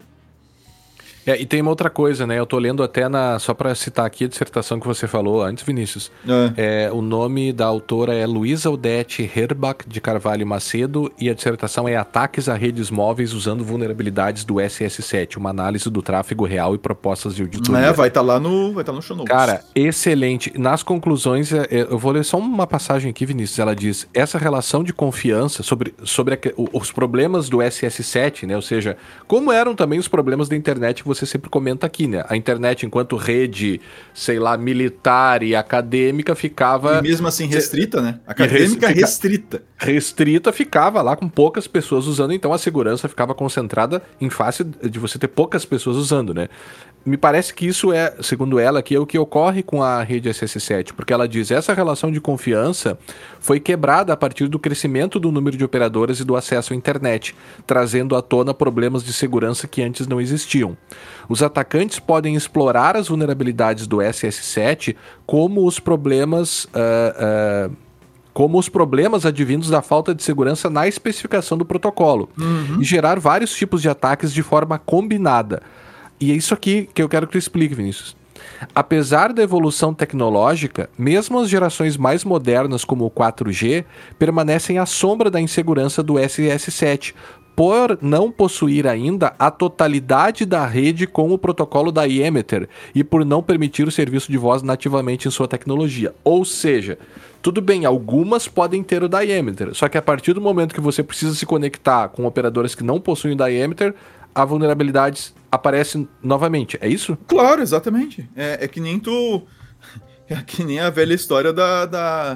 É, e tem uma outra coisa, né? Eu tô lendo até na... Só para citar aqui a dissertação que você falou antes, Vinícius. É. É, o nome da autora é Luísa Odete Herbach de Carvalho Macedo e a dissertação é Ataques a redes móveis usando vulnerabilidades do S S sete, uma análise do tráfego real e propostas de auditoria. É, vai estar tá lá no, vai tá no show notes. Cara, excelente. Nas conclusões, eu vou ler só uma passagem aqui, Vinícius. Ela diz, essa relação de confiança sobre, sobre a, os problemas do S S sete, né? Ou seja, como eram também os problemas da internet que você sempre comenta aqui, né? A internet, enquanto rede, sei lá, militar e acadêmica, ficava... E mesmo assim restrita, né? Acadêmica fica... restrita. Restrita, ficava lá com poucas pessoas usando, então a segurança ficava concentrada em face de você ter poucas pessoas usando, né? Me parece que isso é, segundo ela, que é o que ocorre com a rede S S sete, porque ela diz, essa relação de confiança foi quebrada a partir do crescimento do número de operadoras e do acesso à internet, trazendo à tona problemas de segurança que antes não existiam. Os atacantes podem explorar as vulnerabilidades do S S sete como os problemas... Uh, uh, como os problemas advindos da falta de segurança na especificação do protocolo, uhum. e gerar vários tipos de ataques de forma combinada. E é isso aqui que eu quero que tu explique, Vinícius. Apesar da evolução tecnológica, mesmo as gerações mais modernas como o quatro G permanecem à sombra da insegurança do S S sete, por não possuir ainda a totalidade da rede com o protocolo diameter e por não permitir o serviço de voz nativamente em sua tecnologia. Ou seja, tudo bem, algumas podem ter o diameter, só que a partir do momento que você precisa se conectar com operadoras que não possuem o diameter, a vulnerabilidade aparece novamente, é isso? Claro, exatamente. É, é que nem tu... É que nem a velha história da... da...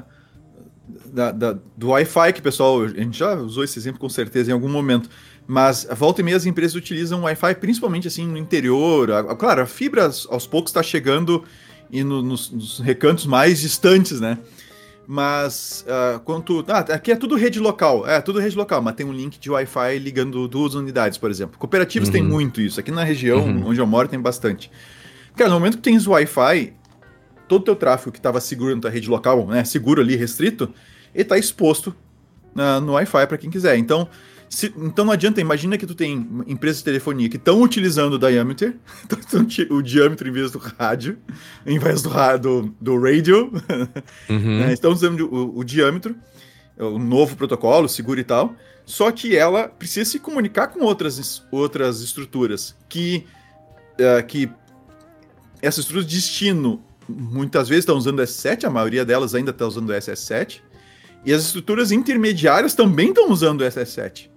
Da, da, do Wi-Fi, que o pessoal, a gente já usou esse exemplo com certeza em algum momento, mas volta e meia as empresas utilizam Wi-Fi principalmente assim no interior. A, claro, a fibra aos poucos está chegando e no, nos, nos recantos mais distantes, né? Mas uh, quanto... Ah, aqui é tudo rede local, é tudo rede local, mas tem um link de Wi-Fi ligando duas unidades, por exemplo. Cooperativas uhum. tem muito isso, aqui na região uhum. onde eu moro tem bastante. Cara, no momento que tens Wi-Fi, todo o teu tráfego que estava seguro na tua rede local, né, seguro ali, restrito, ele está exposto uh, no Wi-Fi para quem quiser. Então, se, então não adianta, imagina que tu tem empresas de telefonia que estão utilizando o diameter, o diâmetro em vez do rádio, em vez do, do, do radio, uhum. né, estão usando o, o diâmetro, o novo protocolo, seguro e tal, só que ela precisa se comunicar com outras, outras estruturas, que, uh, que essas estruturas de destino muitas vezes estão usando o S S sete, a maioria delas ainda está usando o S S sete, e as estruturas intermediárias também estão usando o S S sete.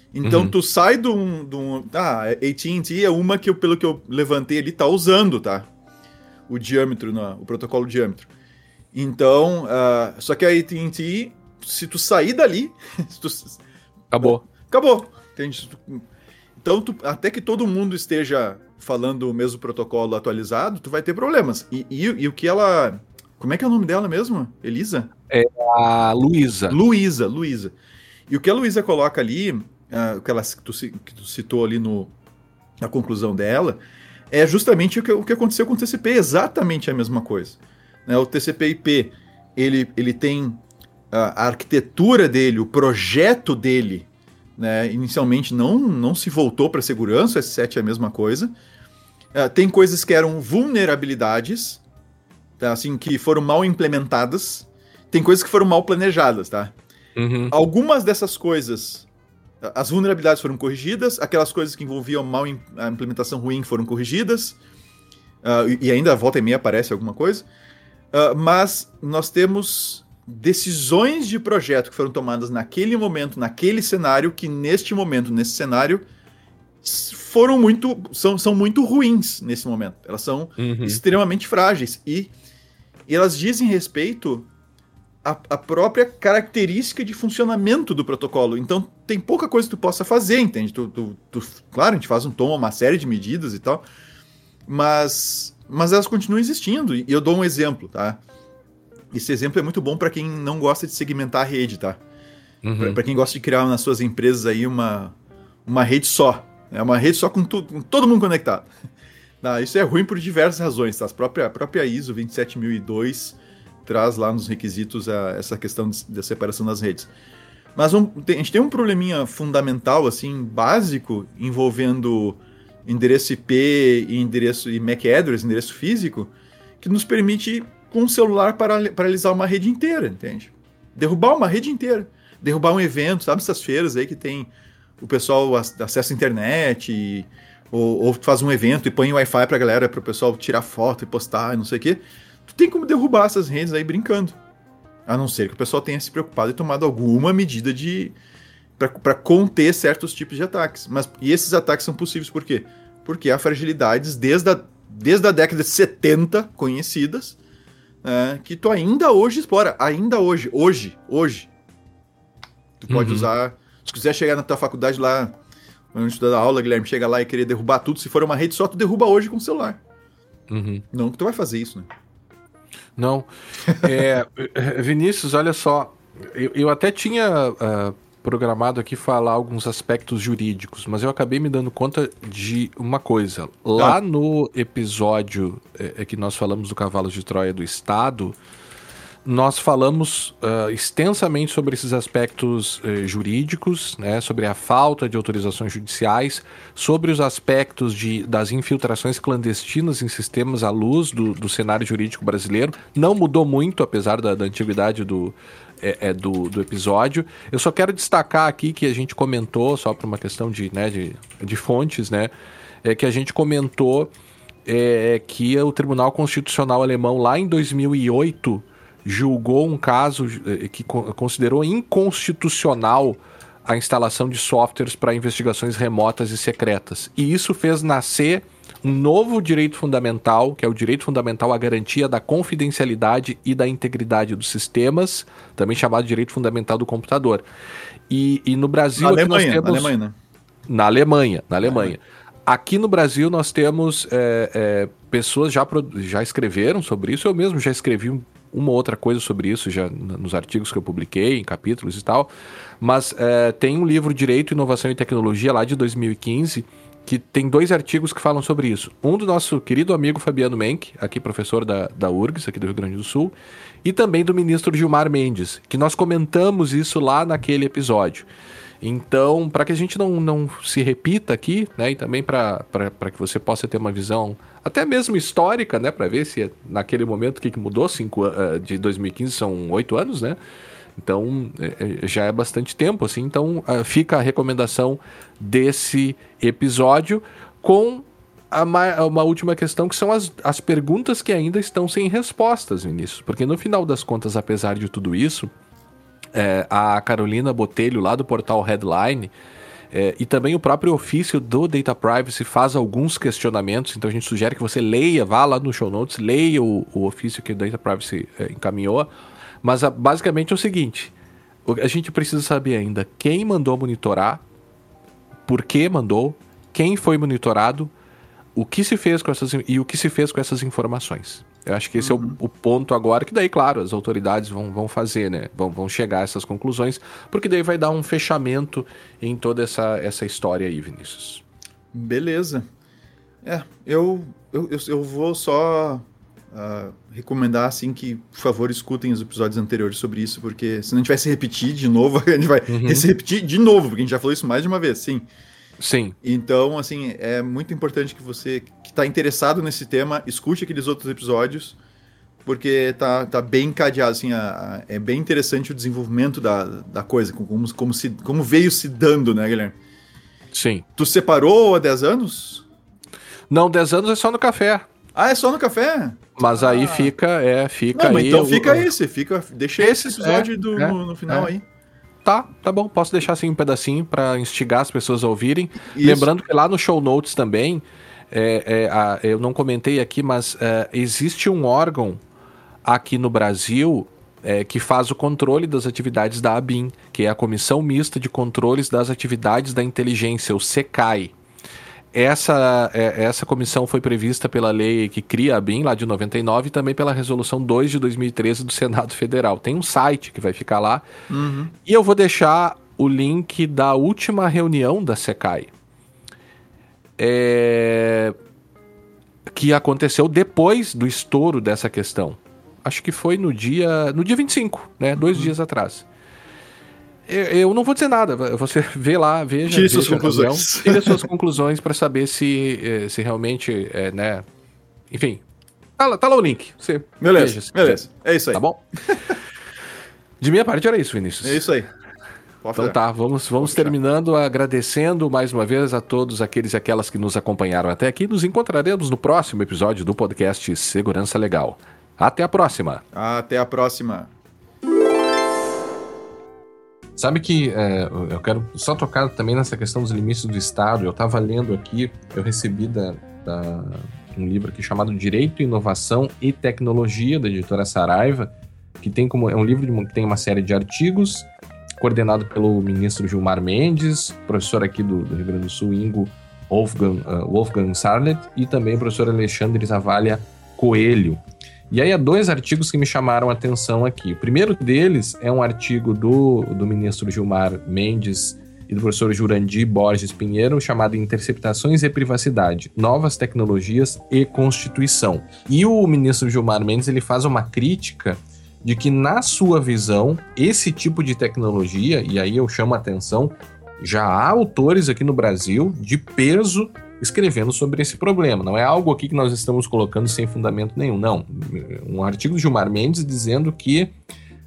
Então, Uhum. tu sai de um... De um ah, A T and T é uma que, eu, pelo que eu levantei ali, tá usando, tá? O diâmetro, no, o protocolo diâmetro. Então, uh, só que a A T and T, se tu sair dali... se tu, Acabou. Acabou. Entende? Então, tu, até que todo mundo esteja falando o mesmo protocolo atualizado, tu vai ter problemas. E, e, e o que ela... Como é que é o nome dela mesmo? Elisa? É a Luísa. Luísa, Luísa. E o que a Luísa coloca ali, uh, o que, ela, que, tu, que tu citou ali no, na conclusão dela, é justamente o que, o que aconteceu com o T C P, exatamente a mesma coisa. Né? O T C P I P, ele, ele tem a, a arquitetura dele, o projeto dele, né? Inicialmente não, não se voltou para segurança, o S sete é a mesma coisa. Uh, tem coisas que eram vulnerabilidades, tá? Assim, que foram mal implementadas. Tem coisas que foram mal planejadas, tá? Uhum. Algumas dessas coisas, as vulnerabilidades foram corrigidas, aquelas coisas que envolviam mal a implementação ruim foram corrigidas, uh, e ainda volta e meia aparece alguma coisa, uh, mas nós temos decisões de projeto que foram tomadas naquele momento, naquele cenário, que neste momento, nesse cenário, foram muito, são, são muito ruins nesse momento. Elas são uhum. extremamente frágeis, e, e elas dizem respeito A, a própria característica de funcionamento do protocolo. Então, tem pouca coisa que tu possa fazer, entende? Tu, tu, tu, claro, a gente faz um toma uma série de medidas e tal, mas, mas elas continuam existindo. E eu dou um exemplo, tá? Esse exemplo é muito bom para quem não gosta de segmentar a rede, tá? Uhum. Para quem gosta de criar nas suas empresas aí uma, uma rede só. É uma rede só com, tu, com todo mundo conectado. Tá? Isso é ruim por diversas razões, tá? A própria, a própria I S O vinte e sete mil e dois traz lá nos requisitos a, essa questão da separação das redes. Mas um, tem, a gente tem um probleminha fundamental, assim, básico, envolvendo endereço I P e endereço e M A C address, endereço físico, que nos permite, com o celular, para, paralisar uma rede inteira, entende? Derrubar uma rede inteira. Derrubar um evento, sabe essas feiras aí que tem o pessoal acessa a internet, e, ou, ou faz um evento e põe Wi-Fi pra galera, para o pessoal tirar foto e postar e não sei o quê. Tu tem como derrubar essas redes aí brincando. A não ser que o pessoal tenha se preocupado e tomado alguma medida de para conter certos tipos de ataques. Mas, e esses ataques são possíveis por quê? Porque há fragilidades desde a, desde a década de setenta conhecidas, né, que tu ainda hoje explora. Ainda hoje. Hoje. Hoje. Tu pode uhum. usar... Se quiser chegar na tua faculdade lá, antes da aula, Guilherme, chega lá e querer derrubar tudo, se for uma rede só, tu derruba hoje com o celular. Uhum. Não que tu vai fazer isso, né? Não. É, Vinícius, olha só, eu, eu até tinha uh, programado aqui falar alguns aspectos jurídicos, mas eu acabei me dando conta de uma coisa. Lá ah. no episódio é, que nós falamos do Cavalo de Troia do Estado, nós falamos uh, extensamente sobre esses aspectos uh, jurídicos, né, sobre a falta de autorizações judiciais, sobre os aspectos de, das infiltrações clandestinas em sistemas à luz do, do cenário jurídico brasileiro. Não mudou muito, apesar da, da antiguidade do, é, é, do, do episódio. Eu só quero destacar aqui que a gente comentou, só por uma questão de, né, de, de fontes, né, é que a gente comentou é, que o Tribunal Constitucional Alemão, lá em dois mil e oito, julgou um caso que considerou inconstitucional a instalação de softwares para investigações remotas e secretas. E isso fez nascer um novo direito fundamental, que é o direito fundamental à garantia da confidencialidade e da integridade dos sistemas, também chamado direito fundamental do computador. E, e no Brasil... Na Alemanha, nós temos... na Alemanha, né? Na Alemanha, na Alemanha. Aqui no Brasil nós temos é, é, pessoas já, já escreveram sobre isso, eu mesmo já escrevi um uma outra coisa sobre isso já nos artigos que eu publiquei, em capítulos e tal, mas é, tem um livro Direito, Inovação e Tecnologia lá de dois mil e quinze que tem dois artigos que falam sobre isso. Um do nosso querido amigo Fabiano Menck, aqui professor da, da U R G S, aqui do Rio Grande do Sul, e também do ministro Gilmar Mendes, que nós comentamos isso lá naquele episódio. Então, para que a gente não, não se repita aqui, né, e também para que você possa ter uma visão até mesmo histórica, né, para ver se naquele momento o que, que mudou, cinco, uh, de dois mil e quinze são oito anos, né, então é, já é bastante tempo, assim, então uh, fica a recomendação desse episódio com a ma- uma última questão, que são as, as perguntas que ainda estão sem respostas, Vinícius, porque no final das contas, apesar de tudo isso, É, a Carolina Botelho, lá do portal Headline, É, e também o próprio ofício do Data Privacy faz alguns questionamentos, então a gente sugere que você leia, vá lá no show notes, leia o, o ofício que o Data Privacy é, encaminhou. Mas a, basicamente é o seguinte, a gente precisa saber ainda quem mandou monitorar, por que mandou, quem foi monitorado, o que se fez com essas, e o que se fez com essas informações. Eu acho que esse uhum. é o, o ponto agora, que daí, claro, as autoridades vão, vão fazer, né? Vão, vão chegar a essas conclusões, porque daí vai dar um fechamento em toda essa, essa história aí, Vinícius. Beleza. É, eu, eu, eu, eu vou só uh, recomendar, assim, que, por favor, escutem os episódios anteriores sobre isso, porque se não a gente vai se repetir de novo, a gente vai uhum. se repetir de novo, porque a gente já falou isso mais de uma vez, sim. Sim. Então, assim, é muito importante que você que está interessado nesse tema, escute aqueles outros episódios, porque tá, tá bem encadeado, assim, a, a, é bem interessante o desenvolvimento da, da coisa, como, como, se, como veio se dando, né, Guilherme? Sim. Tu separou há dez anos? Não, dez anos é só no café. Ah, é só no café? Mas ah. aí fica, é, fica Não, mas aí... então eu, fica eu... esse, fica, deixa esse episódio é, do, é, no, no final é. aí. Tá, tá bom, posso deixar assim um pedacinho para instigar as pessoas a ouvirem. Isso. Lembrando que lá no show notes também, é, é, a, eu não comentei aqui, mas é, existe um órgão aqui no Brasil é, que faz o controle das atividades da ABIN, que é a Comissão Mista de Controles das Atividades da Inteligência, o SECAI. Essa, é, essa comissão foi prevista pela lei que cria a ABIN, lá de noventa e nove, e também pela Resolução dois de dois mil e treze do Senado Federal. Tem um site que vai ficar lá. Uhum. E eu vou deixar o link da última reunião da SECAI, é, que aconteceu depois do estouro dessa questão. Acho que foi no dia, no dia vinte e cinco, né? Dois uhum. dias atrás. Eu não vou dizer nada, você vê lá, veja... Tire suas veja conclusões. Tire suas conclusões para saber se, se realmente, é, né... Enfim, tá lá, tá lá o link. Você beleza, veja, beleza. É isso aí. Tá bom? De minha parte era isso, Vinícius. É isso aí. Pode então tá, vamos, vamos terminando agradecendo mais uma vez a todos aqueles e aquelas que nos acompanharam até aqui. Nos encontraremos no próximo episódio do podcast Segurança Legal. Até a próxima. Até a próxima. Sabe que é, eu quero só tocar também nessa questão dos limites do Estado. Eu estava lendo aqui, eu recebi da, da, um livro aqui chamado Direito, Inovação e Tecnologia, da editora Saraiva, que tem como, é um livro de, que tem uma série de artigos, coordenado pelo ministro Gilmar Mendes, professor aqui do, do Rio Grande do Sul, Ingo Wolfgang, uh, Wolfgang Sarlet, e também o professor Alexandre Zavalha Coelho. E aí há dois artigos que me chamaram a atenção aqui. O primeiro deles é um artigo do, do ministro Gilmar Mendes e do professor Jurandir Borges Pinheiro, chamado Interceptações e Privacidade, Novas Tecnologias e Constituição. E o ministro Gilmar Mendes ele faz uma crítica de que, na sua visão, esse tipo de tecnologia, e aí eu chamo a atenção, já há autores aqui no Brasil de peso escrevendo sobre esse problema. Não é algo aqui que nós estamos colocando sem fundamento nenhum, não. Um artigo do Gilmar Mendes dizendo que uh,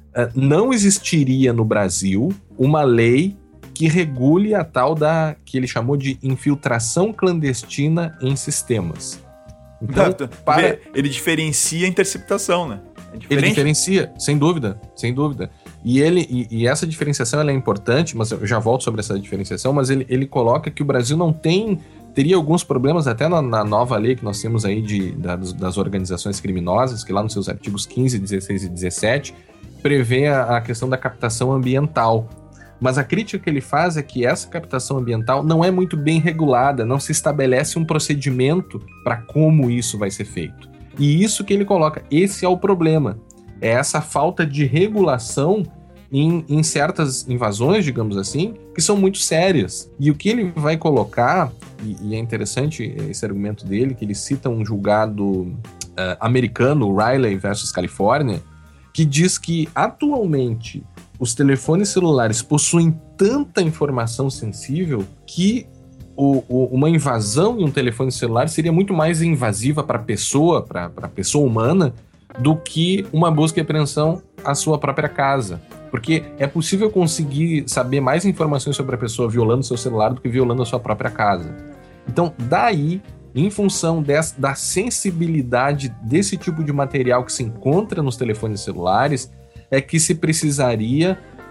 não existiria no Brasil uma lei que regule a tal da, que ele chamou de infiltração clandestina em sistemas. Então, para... Ele diferencia a interceptação, né? É ele diferencia, sem dúvida, sem dúvida. E, ele, e, e essa diferenciação ela é importante, mas eu já volto sobre essa diferenciação, mas ele, ele coloca que o Brasil não tem... Teria alguns problemas até na, na nova lei que nós temos aí de, das, das organizações criminosas, que lá nos seus artigos quinze, dezesseis e dezessete, prevê a, a questão da captação ambiental. Mas a crítica que ele faz é que essa captação ambiental não é muito bem regulada, não se estabelece um procedimento para como isso vai ser feito. E isso que ele coloca, esse é o problema, é essa falta de regulação Em, em certas invasões, digamos assim, que são muito sérias. E o que ele vai colocar, e, e é interessante esse argumento dele, que ele cita um julgado uh, americano, Riley versus Califórnia, que diz que atualmente os telefones celulares possuem tanta informação sensível que o, o, uma invasão em um telefone celular seria muito mais invasiva para a pessoa, para a pessoa humana, do que uma busca e apreensão à sua própria casa. Porque é possível conseguir saber mais informações sobre a pessoa violando seu celular do que violando a sua própria casa. Então, daí, em função dessa, da sensibilidade desse tipo de material que se encontra nos telefones celulares, é que se precisaria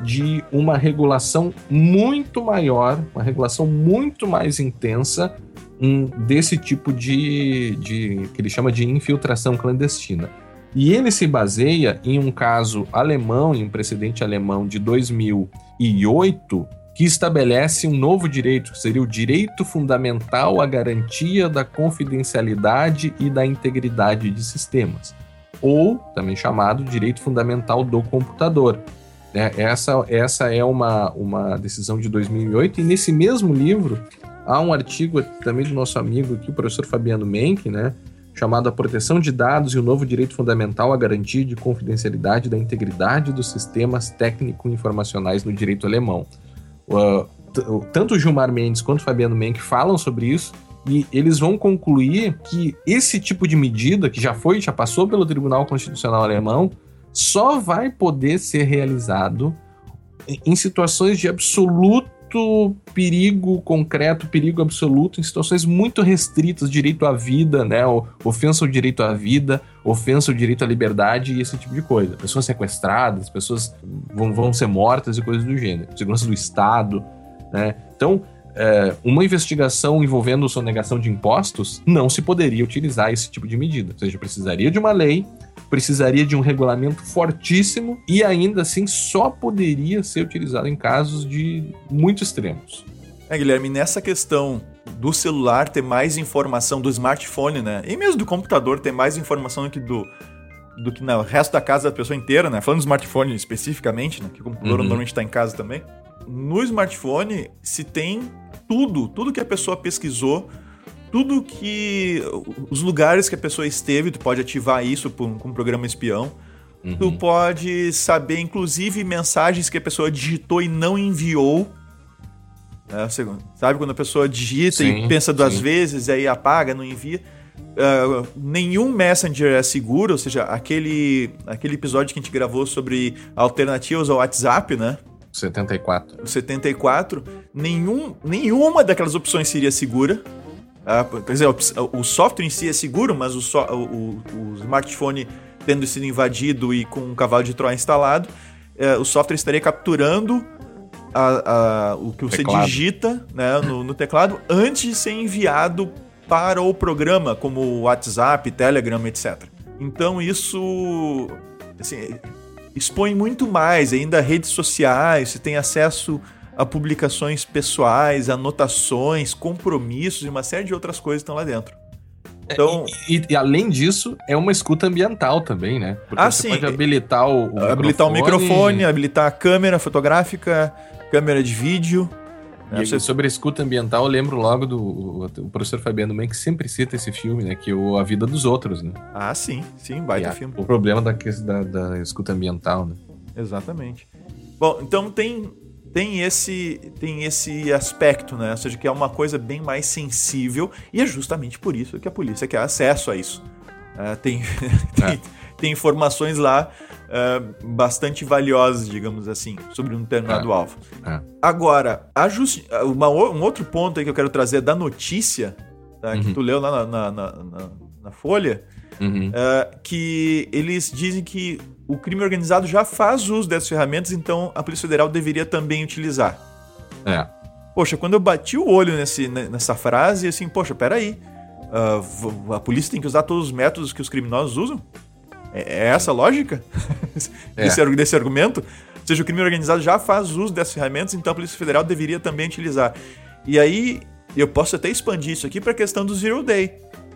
de uma regulação muito maior, uma regulação muito mais intensa um, desse tipo de, de, que ele chama de infiltração clandestina. E ele se baseia em um caso alemão, em um precedente alemão de dois mil e oito, que estabelece um novo direito, que seria o direito fundamental à garantia da confidencialidade e da integridade de sistemas, ou também chamado direito fundamental do computador. Essa, essa é uma, uma decisão de dois mil e oito, e nesse mesmo livro há um artigo também do nosso amigo aqui, o professor Fabiano Menck, né, chamado A Proteção de Dados e o Novo Direito Fundamental à Garantia de Confidencialidade da Integridade dos Sistemas Técnico-Informacionais no Direito Alemão. Uh, t- tanto o Gilmar Mendes quanto o Fabiano Menck falam sobre isso, e eles vão concluir que esse tipo de medida, que já foi, já passou pelo Tribunal Constitucional Alemão, só vai poder ser realizado em situações de absoluto perigo concreto, perigo absoluto, em situações muito restritas, direito à vida, né, ofensa ao direito à vida, ofensa ao direito à liberdade e esse tipo de coisa. Pessoas sequestradas, pessoas vão, vão ser mortas e coisas do gênero. Segurança do Estado, né? Então, é, uma investigação envolvendo sonegação de impostos não se poderia utilizar esse tipo de medida. Ou seja, precisaria de uma lei, precisaria de um regulamento fortíssimo e ainda assim só poderia ser utilizado em casos de muito extremos. É, Guilherme, nessa questão do celular ter mais informação, do smartphone, né? E mesmo do computador ter mais informação do que do, do que no resto da casa da pessoa inteira, né? Falando do smartphone especificamente, né? Que o computador uhum. normalmente está em casa também. No smartphone se tem tudo, tudo que a pessoa pesquisou, tudo que... os lugares que a pessoa esteve, tu pode ativar isso com um programa espião. Uhum. Tu pode saber, inclusive, mensagens que a pessoa digitou e não enviou. É, sabe, quando a pessoa digita sim, e pensa duas sim. vezes, aí apaga, não envia. Uh, nenhum Messenger é seguro, ou seja, aquele, aquele episódio que a gente gravou sobre alternativas ao WhatsApp, né? setenta e quatro. O setenta e quatro, nenhum, nenhuma daquelas opções seria segura. Uh, quer dizer, o software em si é seguro, mas o, so, o, o smartphone tendo sido invadido e com um cavalo de Troia instalado, uh, o software estaria capturando a, a, o que você teclado. digita, né, no, no teclado antes de ser enviado para o programa, como WhatsApp, Telegram, etcétera. Então isso assim, expõe muito mais, ainda redes sociais, você tem acesso a publicações pessoais, anotações, compromissos e uma série de outras coisas que estão lá dentro. Então, e, e, e além disso, é uma escuta ambiental também, né? Porque ah, você sim. pode habilitar o, o habilitar microfone. o microfone, habilitar a câmera fotográfica, câmera de vídeo. E né? Você... sobre a escuta ambiental, eu lembro logo do o, o professor Fabiano Menck, que sempre cita esse filme, né? Que é o A Vida dos Outros, né? Ah, sim, sim, baita e filme. O problema da, da, da escuta ambiental, né? Exatamente. Bom, então tem... Tem esse, tem esse aspecto, né? Ou seja, que é uma coisa bem mais sensível e é justamente por isso que a polícia quer acesso a isso. Uh, tem, tem, é. tem informações lá uh, bastante valiosas, digamos assim, sobre um determinado é. alvo. É. Agora, a justi- uma, um outro ponto aí que eu quero trazer da notícia, tá? Uhum. Que tu leu lá na, na, na, na, na Folha, uhum. uh, que eles dizem que o crime organizado já faz uso dessas ferramentas, então a Polícia Federal deveria também utilizar. É. Poxa, quando eu bati o olho nesse, nessa frase, assim, poxa, peraí, uh, a polícia tem que usar todos os métodos que os criminosos usam? É, é essa a lógica é. desse, desse argumento? Ou seja, o crime organizado já faz uso dessas ferramentas, então a Polícia Federal deveria também utilizar. E aí, eu posso até expandir isso aqui para a questão do Zero Day.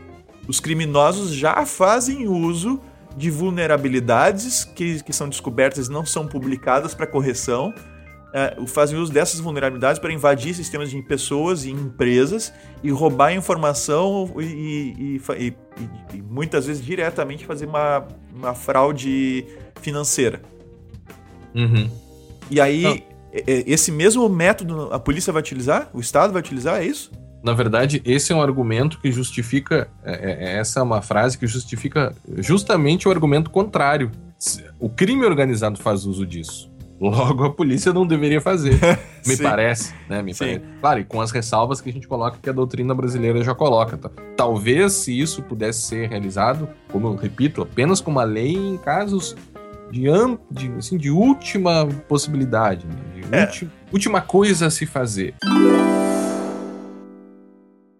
Os criminosos já fazem uso de vulnerabilidades que, que são descobertas e não são publicadas para correção, é, fazem uso dessas vulnerabilidades para invadir sistemas de pessoas e empresas e roubar informação e, e, e, e, e muitas vezes diretamente fazer uma, uma fraude financeira. Uhum. E aí, não. esse mesmo método a polícia vai utilizar? O Estado vai utilizar? É isso? Na verdade, esse é um argumento que justifica, é, é, essa é uma frase que justifica justamente o argumento contrário. O crime organizado faz uso disso. Logo, a polícia não deveria fazer, me parece, né? Me parece. Claro, e com as ressalvas que a gente coloca, que a doutrina brasileira já coloca. Tá? Talvez, se isso pudesse ser realizado, como eu repito, apenas com uma lei em casos de, am, de, assim, de última possibilidade, né? De É. ulti, última coisa a se fazer.